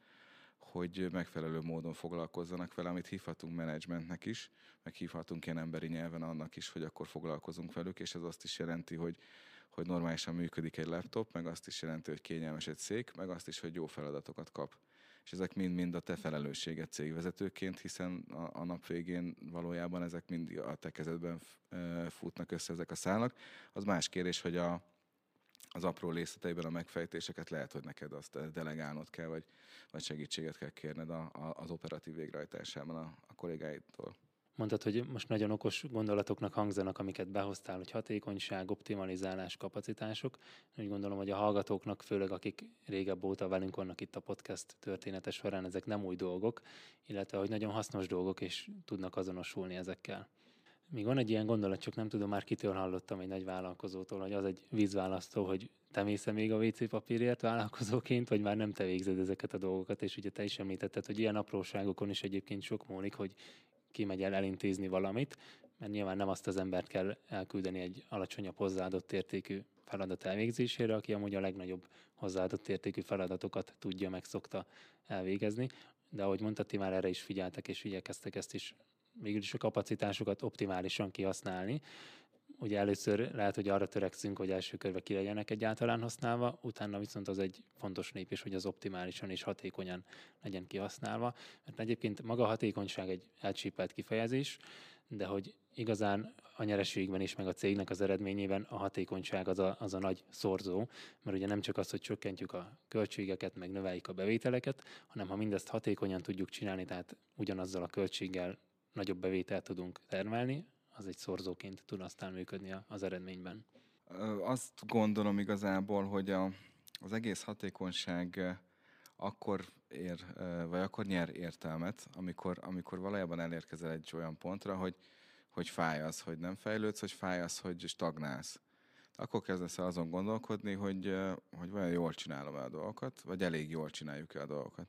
hogy megfelelő módon foglalkozzanak vele, amit hívhatunk menedzsmentnek is, meg hívhatunk ilyen emberi nyelven annak is, hogy akkor foglalkozunk velük, és ez azt is jelenti, hogy, hogy normálisan működik egy laptop, meg azt is jelenti, hogy kényelmes egy szék, meg azt is, hogy jó feladatokat kap. És ezek mind-mind a te felelősséged cégvezetőként, hiszen a, a nap végén valójában ezek mind a te kezedben futnak össze ezek a szálak. Az más kérdés, hogy a az apró részleteiben a megfejtéseket lehet, hogy neked azt delegálnod kell, vagy, vagy segítséget kell kérned a, a, az operatív végrehajtásában a, a kollégáidtól. Mondtad, hogy most nagyon okos gondolatoknak hangzanak, amiket behoztál, hogy hatékonyság, optimalizálás, kapacitások. Úgy gondolom, hogy a hallgatóknak, főleg akik régebb óta velünk vannak itt a podcast története során, ezek nem új dolgok, illetve hogy nagyon hasznos dolgok, és tudnak azonosulni ezekkel. Még van egy ilyen gondolat, csak nem tudom, már kitől hallottam egy nagy vállalkozótól, hogy az egy vízválasztó, hogy te mész még a vé cé papírért vállalkozóként, vagy már nem te végzed ezeket a dolgokat, és ugye te is említetted, hogy ilyen apróságokon is egyébként sok múlik, hogy ki megy el elintézni valamit, mert nyilván nem azt az embert kell elküldeni egy alacsonyabb hozzáadott értékű feladat elvégzésére, aki amúgy a legnagyobb hozzáadott értékű feladatokat tudja, meg szokta elvégezni, de ahogy mondtad, ti már erre is figyeltek, és igyekeztek ezt is végül is a kapacitásokat optimálisan kihasználni. Ugye először lehet, hogy arra törekszünk, hogy első körben ki legyenek egyáltalán használva, utána viszont az egy fontos lépés, hogy az optimálisan és hatékonyan legyen kihasználva. Mert egyébként maga a hatékonyság egy elcsípelt kifejezés, de hogy igazán a nyereségben is, meg a cégnek az eredményében a hatékonyság az a, az a nagy szorzó, mert ugye nem csak az, hogy csökkentjük a költségeket, meg növeljük a bevételeket, hanem ha mindezt hatékonyan tudjuk csinálni, tehát ugyanazzal a költséggel nagyobb bevételt tudunk termelni, az egy szorzóként tud aztán működni az eredményben. Azt gondolom igazából, hogy a, az egész hatékonyság akkor ér, vagy akkor nyer értelmet, amikor, amikor valójában elérkezel egy olyan pontra, hogy, hogy fáj az, hogy nem fejlődsz, hogy fáj az, hogy stagnálsz. Akkor kezdesz el azon gondolkodni, hogy, hogy vajon jól csinálom-e a dolgokat, vagy elég jól csináljuk-e a dolgokat.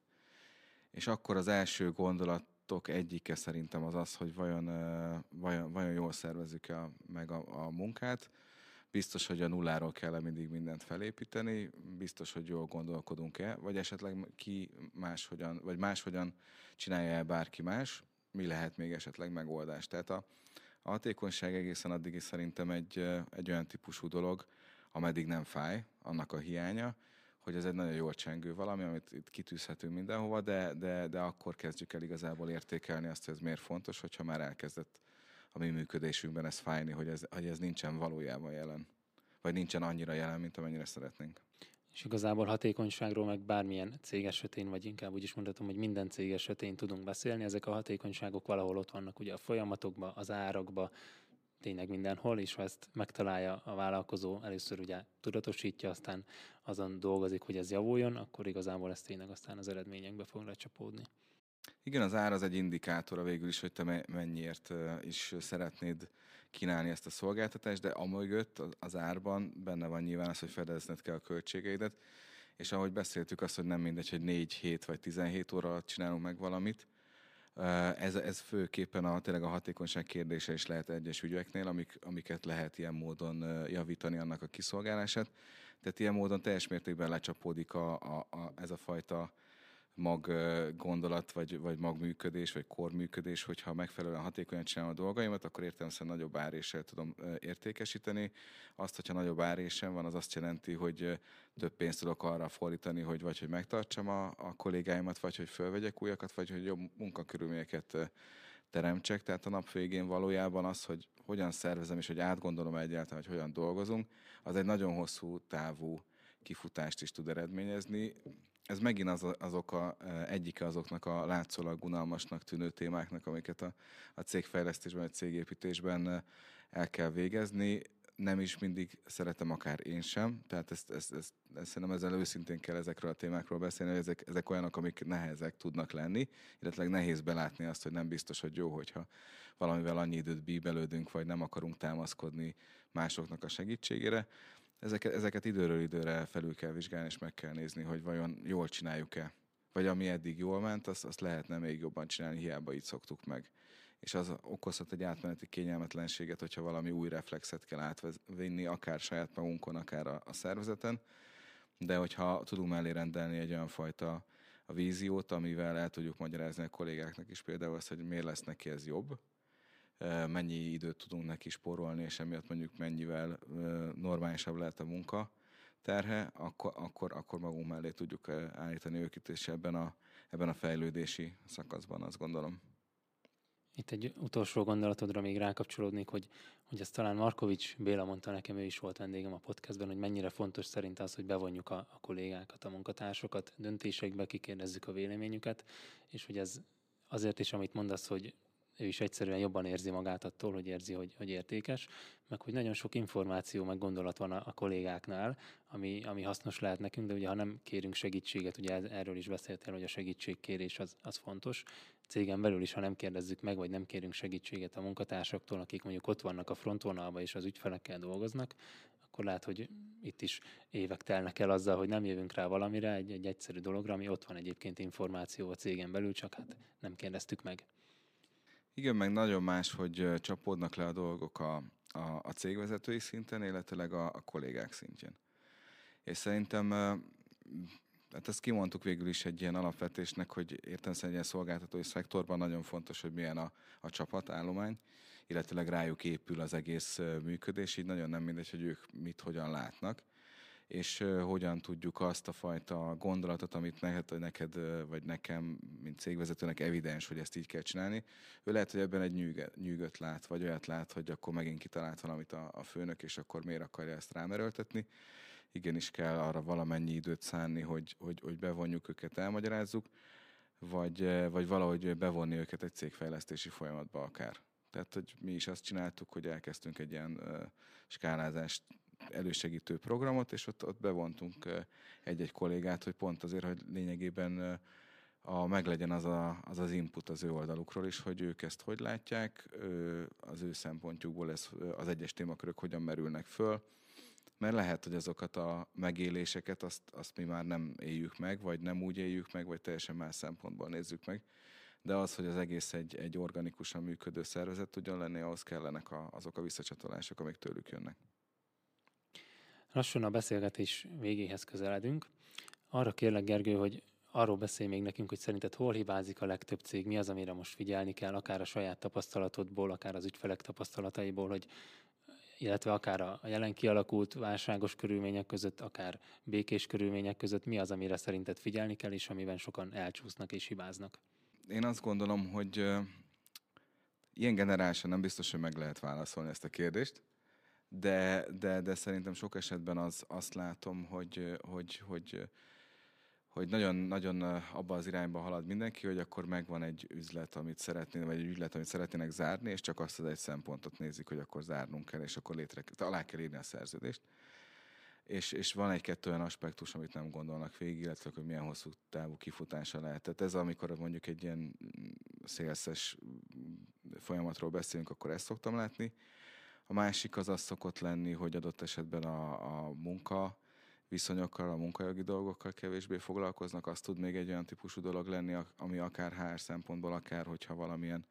És akkor az első gondolat egyike szerintem az az, hogy vajon, vajon, vajon jól szervezzük a, meg a, a munkát. Biztos, hogy a nulláról kell mindig mindent felépíteni, biztos, hogy jól gondolkodunk-e, vagy esetleg ki máshogyan, vagy máshogyan csinálja el bárki más, mi lehet még esetleg megoldás. Tehát a, a hatékonyság egészen addig is szerintem egy, egy olyan típusú dolog, ameddig nem fáj, annak a hiánya, hogy ez egy nagyon jól csengő valami, amit itt kitűzhetünk mindenhova, de, de, de akkor kezdjük el igazából értékelni azt, hogy ez miért fontos, hogyha már elkezdett a mi működésünkben ez fájni, hogy ez, hogy ez nincsen valójában jelen. Vagy nincsen annyira jelen, mint amennyire szeretnénk. És igazából hatékonyságról meg bármilyen cég esetén, vagy inkább úgy is mondhatom, hogy minden cég esetén tudunk beszélni. Ezek a hatékonyságok valahol ott vannak ugye a folyamatokban, az árakban, tényleg mindenhol, és ha ezt megtalálja a vállalkozó, először ugye tudatosítja, aztán azon dolgozik, hogy ez javuljon, akkor igazából ez tényleg aztán az eredményekbe fog lecsapódni. Igen, az ár az egy indikátora végül is, hogy te mennyiért is szeretnéd kínálni ezt a szolgáltatást, de amögött az árban benne van nyilván az, hogy fedezned kell a költségeidet, és ahogy beszéltük azt, hogy nem mindegy, hogy négy, hét vagy tizenhét óra alatt csinálunk meg valamit, Ez, ez főképpen a, tényleg a hatékonyság kérdése is lehet egyes ügyeknél, amik, amiket lehet ilyen módon javítani annak a kiszolgálását. Tehát ilyen módon teljes mértékben lecsapódik a, a, a, ez a fajta mag gondolat, vagy, vagy magműködés, vagy korműködés, hogyha megfelelően hatékonyan csinálom a dolgaimat, akkor értelemszerűen nagyobb áréssel tudom értékesíteni. Azt, hogyha nagyobb árésem van, az azt jelenti, hogy több pénzt tudok arra fordítani, hogy vagy hogy megtartsam a, a kollégáimat, vagy hogy fölvegyek újakat, vagy hogy jobb munkakörülményeket teremtsek. Tehát a nap végén valójában az, hogy hogyan szervezem, és hogy átgondolom egyáltalán, hogy hogyan dolgozunk, az egy nagyon hosszú távú kifutást is tud eredményezni. Ez megint az, azok a, egyike azoknak a látszólag unalmasnak tűnő témáknak, amiket a, a cégfejlesztésben, a cégépítésben el kell végezni. Nem is mindig szeretem, akár én sem. Tehát ezt, ezt, ezt, ezt szerintem ezzel őszintén kell ezekről a témákról beszélni, hogy ezek, ezek olyanok, amik nehezek tudnak lenni, illetve nehéz belátni azt, hogy nem biztos, hogy jó, hogyha valamivel annyi időt bíbelődünk, vagy nem akarunk támaszkodni másoknak a segítségére. Ezeket, ezeket időről időre felül kell vizsgálni, és meg kell nézni, hogy vajon jól csináljuk-e. Vagy ami eddig jól ment, azt, azt lehetne még jobban csinálni, hiába így szoktuk meg. és az okozhat egy átmeneti kényelmetlenséget, hogyha valami új reflexet kell átvinni, akár saját magunkon, akár a, a szervezeten. De hogyha tudunk mellé rendelni egy olyan fajta a víziót, amivel el tudjuk magyarázni a kollégáknak is például azt, hogy miért lesz neki ez jobb, mennyi időt tudunk neki spórolni, és emiatt mondjuk mennyivel normálisabb lehet a munka terhe, akkor, akkor, akkor magunk mellé tudjuk állítani őket, és ebben a, ebben a fejlődési szakaszban azt gondolom. Itt egy utolsó gondolatodra még rákapcsolódnék, hogy, hogy ezt talán Markovics Béla mondta nekem, ő is volt vendégem a podcastben, hogy mennyire fontos szerint az, hogy bevonjuk a, a kollégákat, a munkatársokat döntésekbe, kikérdezzük a véleményüket, és hogy ez azért is, amit mondasz, hogy ő is egyszerűen jobban érzi magát attól, hogy érzi, hogy, hogy értékes, meg hogy nagyon sok információ, meg gondolat van a, a kollégáknál, ami, ami hasznos lehet nekünk, de ugye ha nem kérünk segítséget, ugye erről is beszéltél, hogy a segítségkérés az, az fontos. Cégen belül is, ha nem kérdezzük meg, vagy nem kérünk segítséget a munkatársaktól, akik mondjuk ott vannak a frontvonalban és az ügyfelekkel dolgoznak, akkor lehet, hogy itt is évek telnek el azzal, hogy nem jövünk rá valamire, egy, egy egyszerű dologra, ami ott van egyébként információ a cégen belül, csak hát nem kérdeztük meg. Igen, meg nagyon más, hogy csapódnak le a dolgok a, a, a cégvezetői szinten, illetőleg a, a kollégák szintjén. És szerintem, hát ezt kimondtuk végül is egy ilyen alapvetésnek, hogy értelemszerűen egy ilyen szolgáltatói szektorban nagyon fontos, hogy milyen a, a csapatállomány, illetőleg rájuk épül az egész működés, így nagyon nem mindegy, hogy ők mit, hogyan látnak, és uh, hogyan tudjuk azt a fajta gondolatot, amit neked, neked vagy nekem, mint cégvezetőnek evidens, hogy ezt így kell csinálni. Ő lehet, hogy ebben egy nyűgöt, nyűgöt lát, vagy olyat lát, hogy akkor megint kitalált valamit a, a főnök, és akkor miért akarja ezt rám erőltetni. Igenis kell arra valamennyi időt szánni, hogy, hogy, hogy bevonjuk őket, elmagyarázzuk, vagy, vagy valahogy bevonni őket egy cégfejlesztési folyamatba akár. Tehát, hogy mi is azt csináltuk, hogy elkezdtünk egy ilyen uh, skálázást, elősegítő programot, és ott, ott bevontunk egy-egy kollégát, hogy pont azért, hogy lényegében a, meglegyen az, a, az az input az ő oldalukról is, hogy ők ezt hogy látják, az ő szempontjukból ez, az egyes témakörök hogyan merülnek föl, mert lehet, hogy azokat a megéléseket azt, azt mi már nem éljük meg, vagy nem úgy éljük meg, vagy teljesen más szempontból nézzük meg, de az, hogy az egész egy, egy organikusan működő szervezet tudjon lenni, ahhoz kellenek a, azok a visszacsatolások, amik tőlük jönnek. Lassan a beszélgetés végéhez közeledünk. Arra kérlek, Gergő, hogy arról beszélj még nekünk, hogy szerinted hol hibázik a legtöbb cég, mi az, amire most figyelni kell, akár a saját tapasztalatodból, akár az ügyfelek tapasztalataiból, hogy, illetve akár a jelen kialakult válságos körülmények között, akár békés körülmények között, mi az, amire szerinted figyelni kell, és amiben sokan elcsúsznak és hibáznak? Én azt gondolom, hogy uh, ilyen generálisan nem biztos, hogy meg lehet válaszolni ezt a kérdést, De, de, de szerintem sok esetben az, azt látom, hogy, hogy, hogy, hogy nagyon, nagyon abba az irányba halad mindenki, hogy akkor megvan egy üzlet, amit szeretnének, vagy egy ügylet, amit szeretnének zárni, és csak azt az egy szempontot nézik, hogy akkor zárnunk kell, és akkor létre, alá kell írni a szerződést. És, és van egy-kettő olyan aspektus, amit nem gondolnak végig, illetve hogy milyen hosszú távú kifutása lehet. Tehát ez, amikor mondjuk egy ilyen szélszes folyamatról beszélünk, akkor ezt szoktam látni. A másik az az szokott lenni, hogy adott esetben a, a munka viszonyokkal, a munkajogi dolgokkal kevésbé foglalkoznak. Az tud még egy olyan típusú dolog lenni, ami akár há er szempontból, akár hogyha valamilyen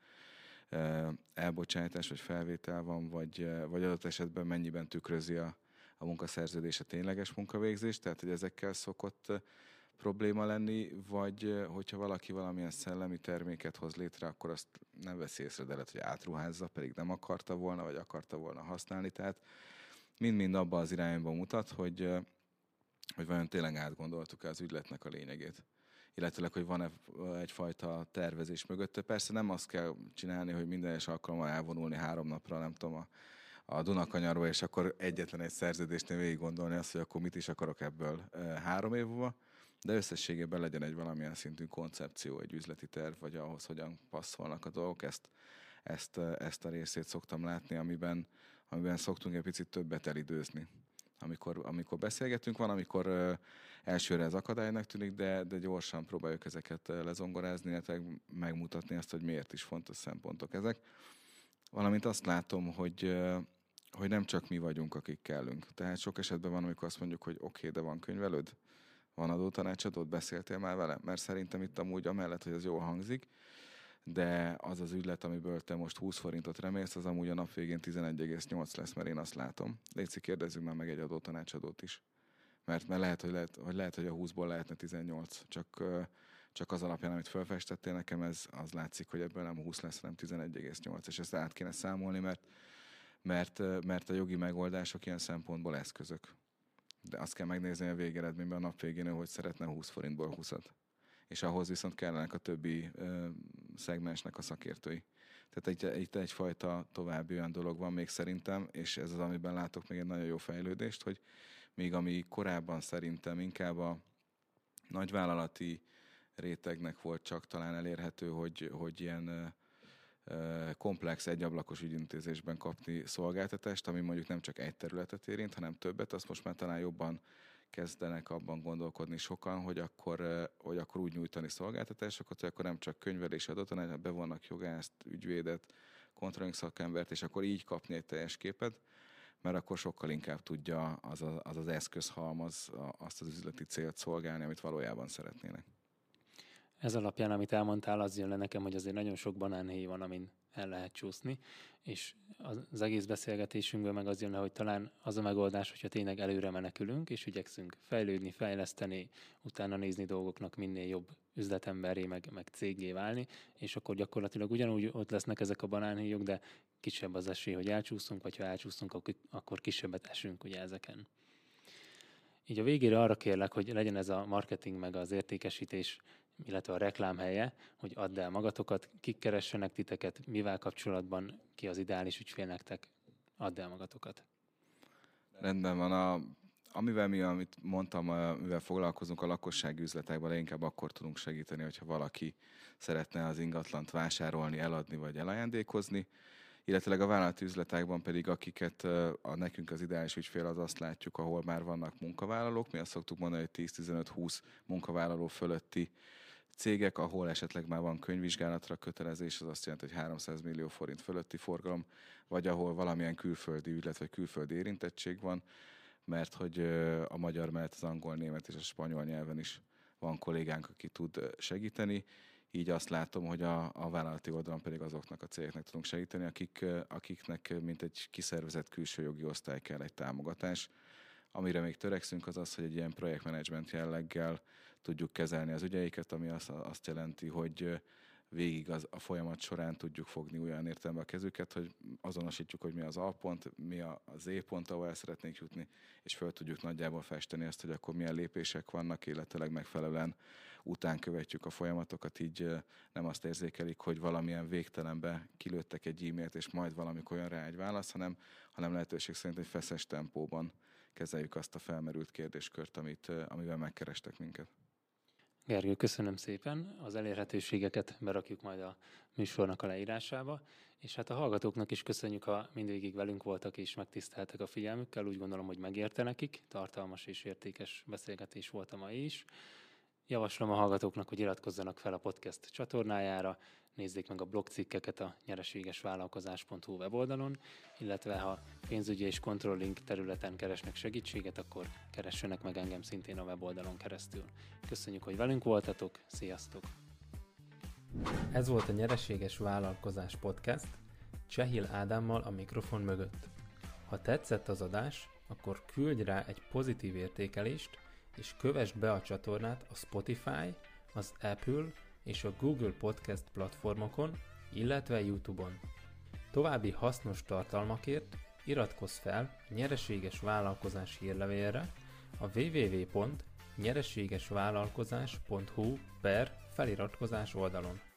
e, elbocsátás vagy felvétel van, vagy, e, vagy adott esetben mennyiben tükrözi a, a munkaszerződés a tényleges munkavégzést. Tehát, hogy ezekkel szokott probléma lenni, vagy hogyha valaki valamilyen szellemi terméket hoz létre, akkor azt nem veszi észre, de lehet, hogy átruházza, pedig nem akarta volna, vagy akarta volna használni. Tehát mind-mind abba az irányba mutat, hogy, hogy vajon tényleg átgondoltuk-e az ügyletnek a lényegét. Illetőleg, hogy van-e egyfajta tervezés mögötte. Persze nem azt kell csinálni, hogy minden egyes alkalommal elvonulni három napra, nem tudom, a, a Dunakanyarba, és akkor egyetlen egy szerződésnél végig gondolni azt, hogy akkor mit is akarok ebből három év múlva, de összességében legyen egy valamilyen szintű koncepció, egy üzleti terv, vagy ahhoz, hogyan passzolnak a dolgok. Ezt, ezt, ezt a részét szoktam látni, amiben, amiben szoktunk egy picit többet elidőzni. Amikor, amikor beszélgetünk, van, amikor uh, elsőre ez akadálynak tűnik, de, de gyorsan próbáljuk ezeket uh, lezongorázni, illetve megmutatni azt, hogy miért is fontos szempontok ezek. Valamint azt látom, hogy, uh, hogy nem csak mi vagyunk, akik kellünk. Tehát sok esetben van, amikor azt mondjuk, hogy oké, okay, de van könyvelőd, van adótanácsadód, beszéltél már vele? Mert szerintem itt amúgy amellett, hogy ez jól hangzik, de az az ügylet, amiből te most húsz forintot remélsz, az amúgy a nap végén tizenegy egész nyolc lesz, mert én azt látom. Léci, kérdezzünk már meg egy adótanácsadót is. Mert, mert lehet, hogy lehet, hogy lehet, hogy a húszból lehetne tizennyolc, csak, csak az alapján, amit felfestettél nekem, ez az látszik, hogy ebből nem húsz lesz, hanem tizenegy egész nyolc, és ezt át kéne számolni, mert, mert, mert a jogi megoldások ilyen szempontból eszközök. De azt kell megnézni a végeredményben a nap végén, hogy szeretne húsz forintból húszat. És ahhoz viszont kellenek a többi ö, szegmensnek a szakértői. Tehát itt egy, egyfajta további olyan dolog van még szerintem, és ez az, amiben látok még egy nagyon jó fejlődést, hogy még ami korábban szerintem inkább a nagyvállalati rétegnek volt csak talán elérhető, hogy, hogy ilyen ö, komplex, egyablakos ügyintézésben kapni szolgáltatást, ami mondjuk nem csak egy területet érint, hanem többet, azt most már talán jobban kezdenek abban gondolkodni sokan, hogy akkor, hogy akkor úgy nyújtani szolgáltatásokat, hogy akkor nem csak könyvelés adott, hanem bevonnak jogászt, ügyvédet, controlling szakembert, és akkor így kapni egy teljes képet, mert akkor sokkal inkább tudja az a, az, az eszközhalmaz azt az üzleti célt szolgálni, amit valójában szeretnének. Ez alapján, amit elmondtál, az jön le nekem, hogy azért nagyon sok banánhéj van, amin el lehet csúszni, és az egész beszélgetésünkből meg az jön le, hogy talán az a megoldás, hogyha tényleg előre menekülünk, és igyekszünk fejlődni, fejleszteni, utána nézni dolgoknak minél jobb üzletemberré, meg, meg céggé válni, és akkor gyakorlatilag ugyanúgy ott lesznek ezek a banánhéjok, de kisebb az esély, hogy elcsúszunk, vagy ha elcsúszunk, akkor kisebbet esünk ugye ezeken. Így a végére arra kérlek, hogy legyen ez a marketing meg az értékesítés, illetve a reklám helye, hogy add el magatokat, kik keressenek titeket, mivel kapcsolatban, ki az ideális ügyfél nektek, add el magatokat. Rendben van. A, amivel mi, amit mondtam, mivel foglalkozunk a lakossági üzletekben, inkább akkor tudunk segíteni, hogyha valaki szeretne az ingatlant vásárolni, eladni vagy elajándékozni, illetve a vállalati üzletekben pedig, akiket a nekünk az ideális ügyfél, az azt látjuk, ahol már vannak munkavállalók. Mi azt szoktuk mondani, hogy tíz-tizenöt-húsz munkavállaló fölötti cégek, ahol esetleg már van könyvvizsgálatra kötelezés, az azt jelenti, hogy háromszáz millió forint fölötti forgalom, vagy ahol valamilyen külföldi ügylet vagy külföldi érintettség van, mert hogy a magyar mellett az angol, német és a spanyol nyelven is van kollégánk, aki tud segíteni. Így azt látom, hogy a, a vállalati oldalon pedig azoknak a cégeknek tudunk segíteni, akik, akiknek mint egy kiszervezett külső jogi osztály kell egy támogatás. Amire még törekszünk, az az, hogy egy ilyen projektmenedzsment jelleggel tudjuk kezelni az ügyeiket, ami azt, azt jelenti, hogy végig az, a folyamat során tudjuk fogni olyan értelemben a kezüket, hogy azonosítjuk, hogy mi az A pont, mi a Z pont, ahol el szeretnénk jutni, és föl tudjuk nagyjából festeni azt, hogy akkor milyen lépések vannak, illetőleg megfelelően után követjük a folyamatokat, így nem azt érzékelik, hogy valamilyen végtelenbe kilőttek egy e-mailt, és majd valamikor olyan rá egy válasz, hanem, hanem lehetőség szerint egy feszes tempóban kezeljük azt a felmerült kérdéskört, amit, amivel megkerestek minket. Gergő, köszönöm szépen. Az elérhetőségeket berakjuk majd a műsornak a leírásába, és hát a hallgatóknak is köszönjük, ha mindvégig velünk voltak és megtiszteltek a figyelmükkel. Úgy gondolom, hogy megérte nekik. Tartalmas és értékes beszélgetés volt a mai is. Javaslom a hallgatóknak, hogy iratkozzanak fel a podcast csatornájára, nézzék meg a blogcikkeket a nyereségesvállalkozás pont hu weboldalon, illetve ha pénzügyi és controlling területen keresnek segítséget, akkor keressenek meg engem szintén a weboldalon keresztül. Köszönjük, hogy velünk voltatok, sziasztok! Ez volt a Nyereséges Vállalkozás Podcast, Csehil Ádámmal a mikrofon mögött. Ha tetszett az adás, akkor küldj rá egy pozitív értékelést, és kövessd be a csatornát a Spotify, az Apple és a Google Podcast platformokon, illetve YouTube-on. További hasznos tartalmakért iratkozz fel a Nyereséges Vállalkozás hírlevélre a double-u double-u double-u pont nyereségesvállalkozás pont hu per feliratkozás oldalon.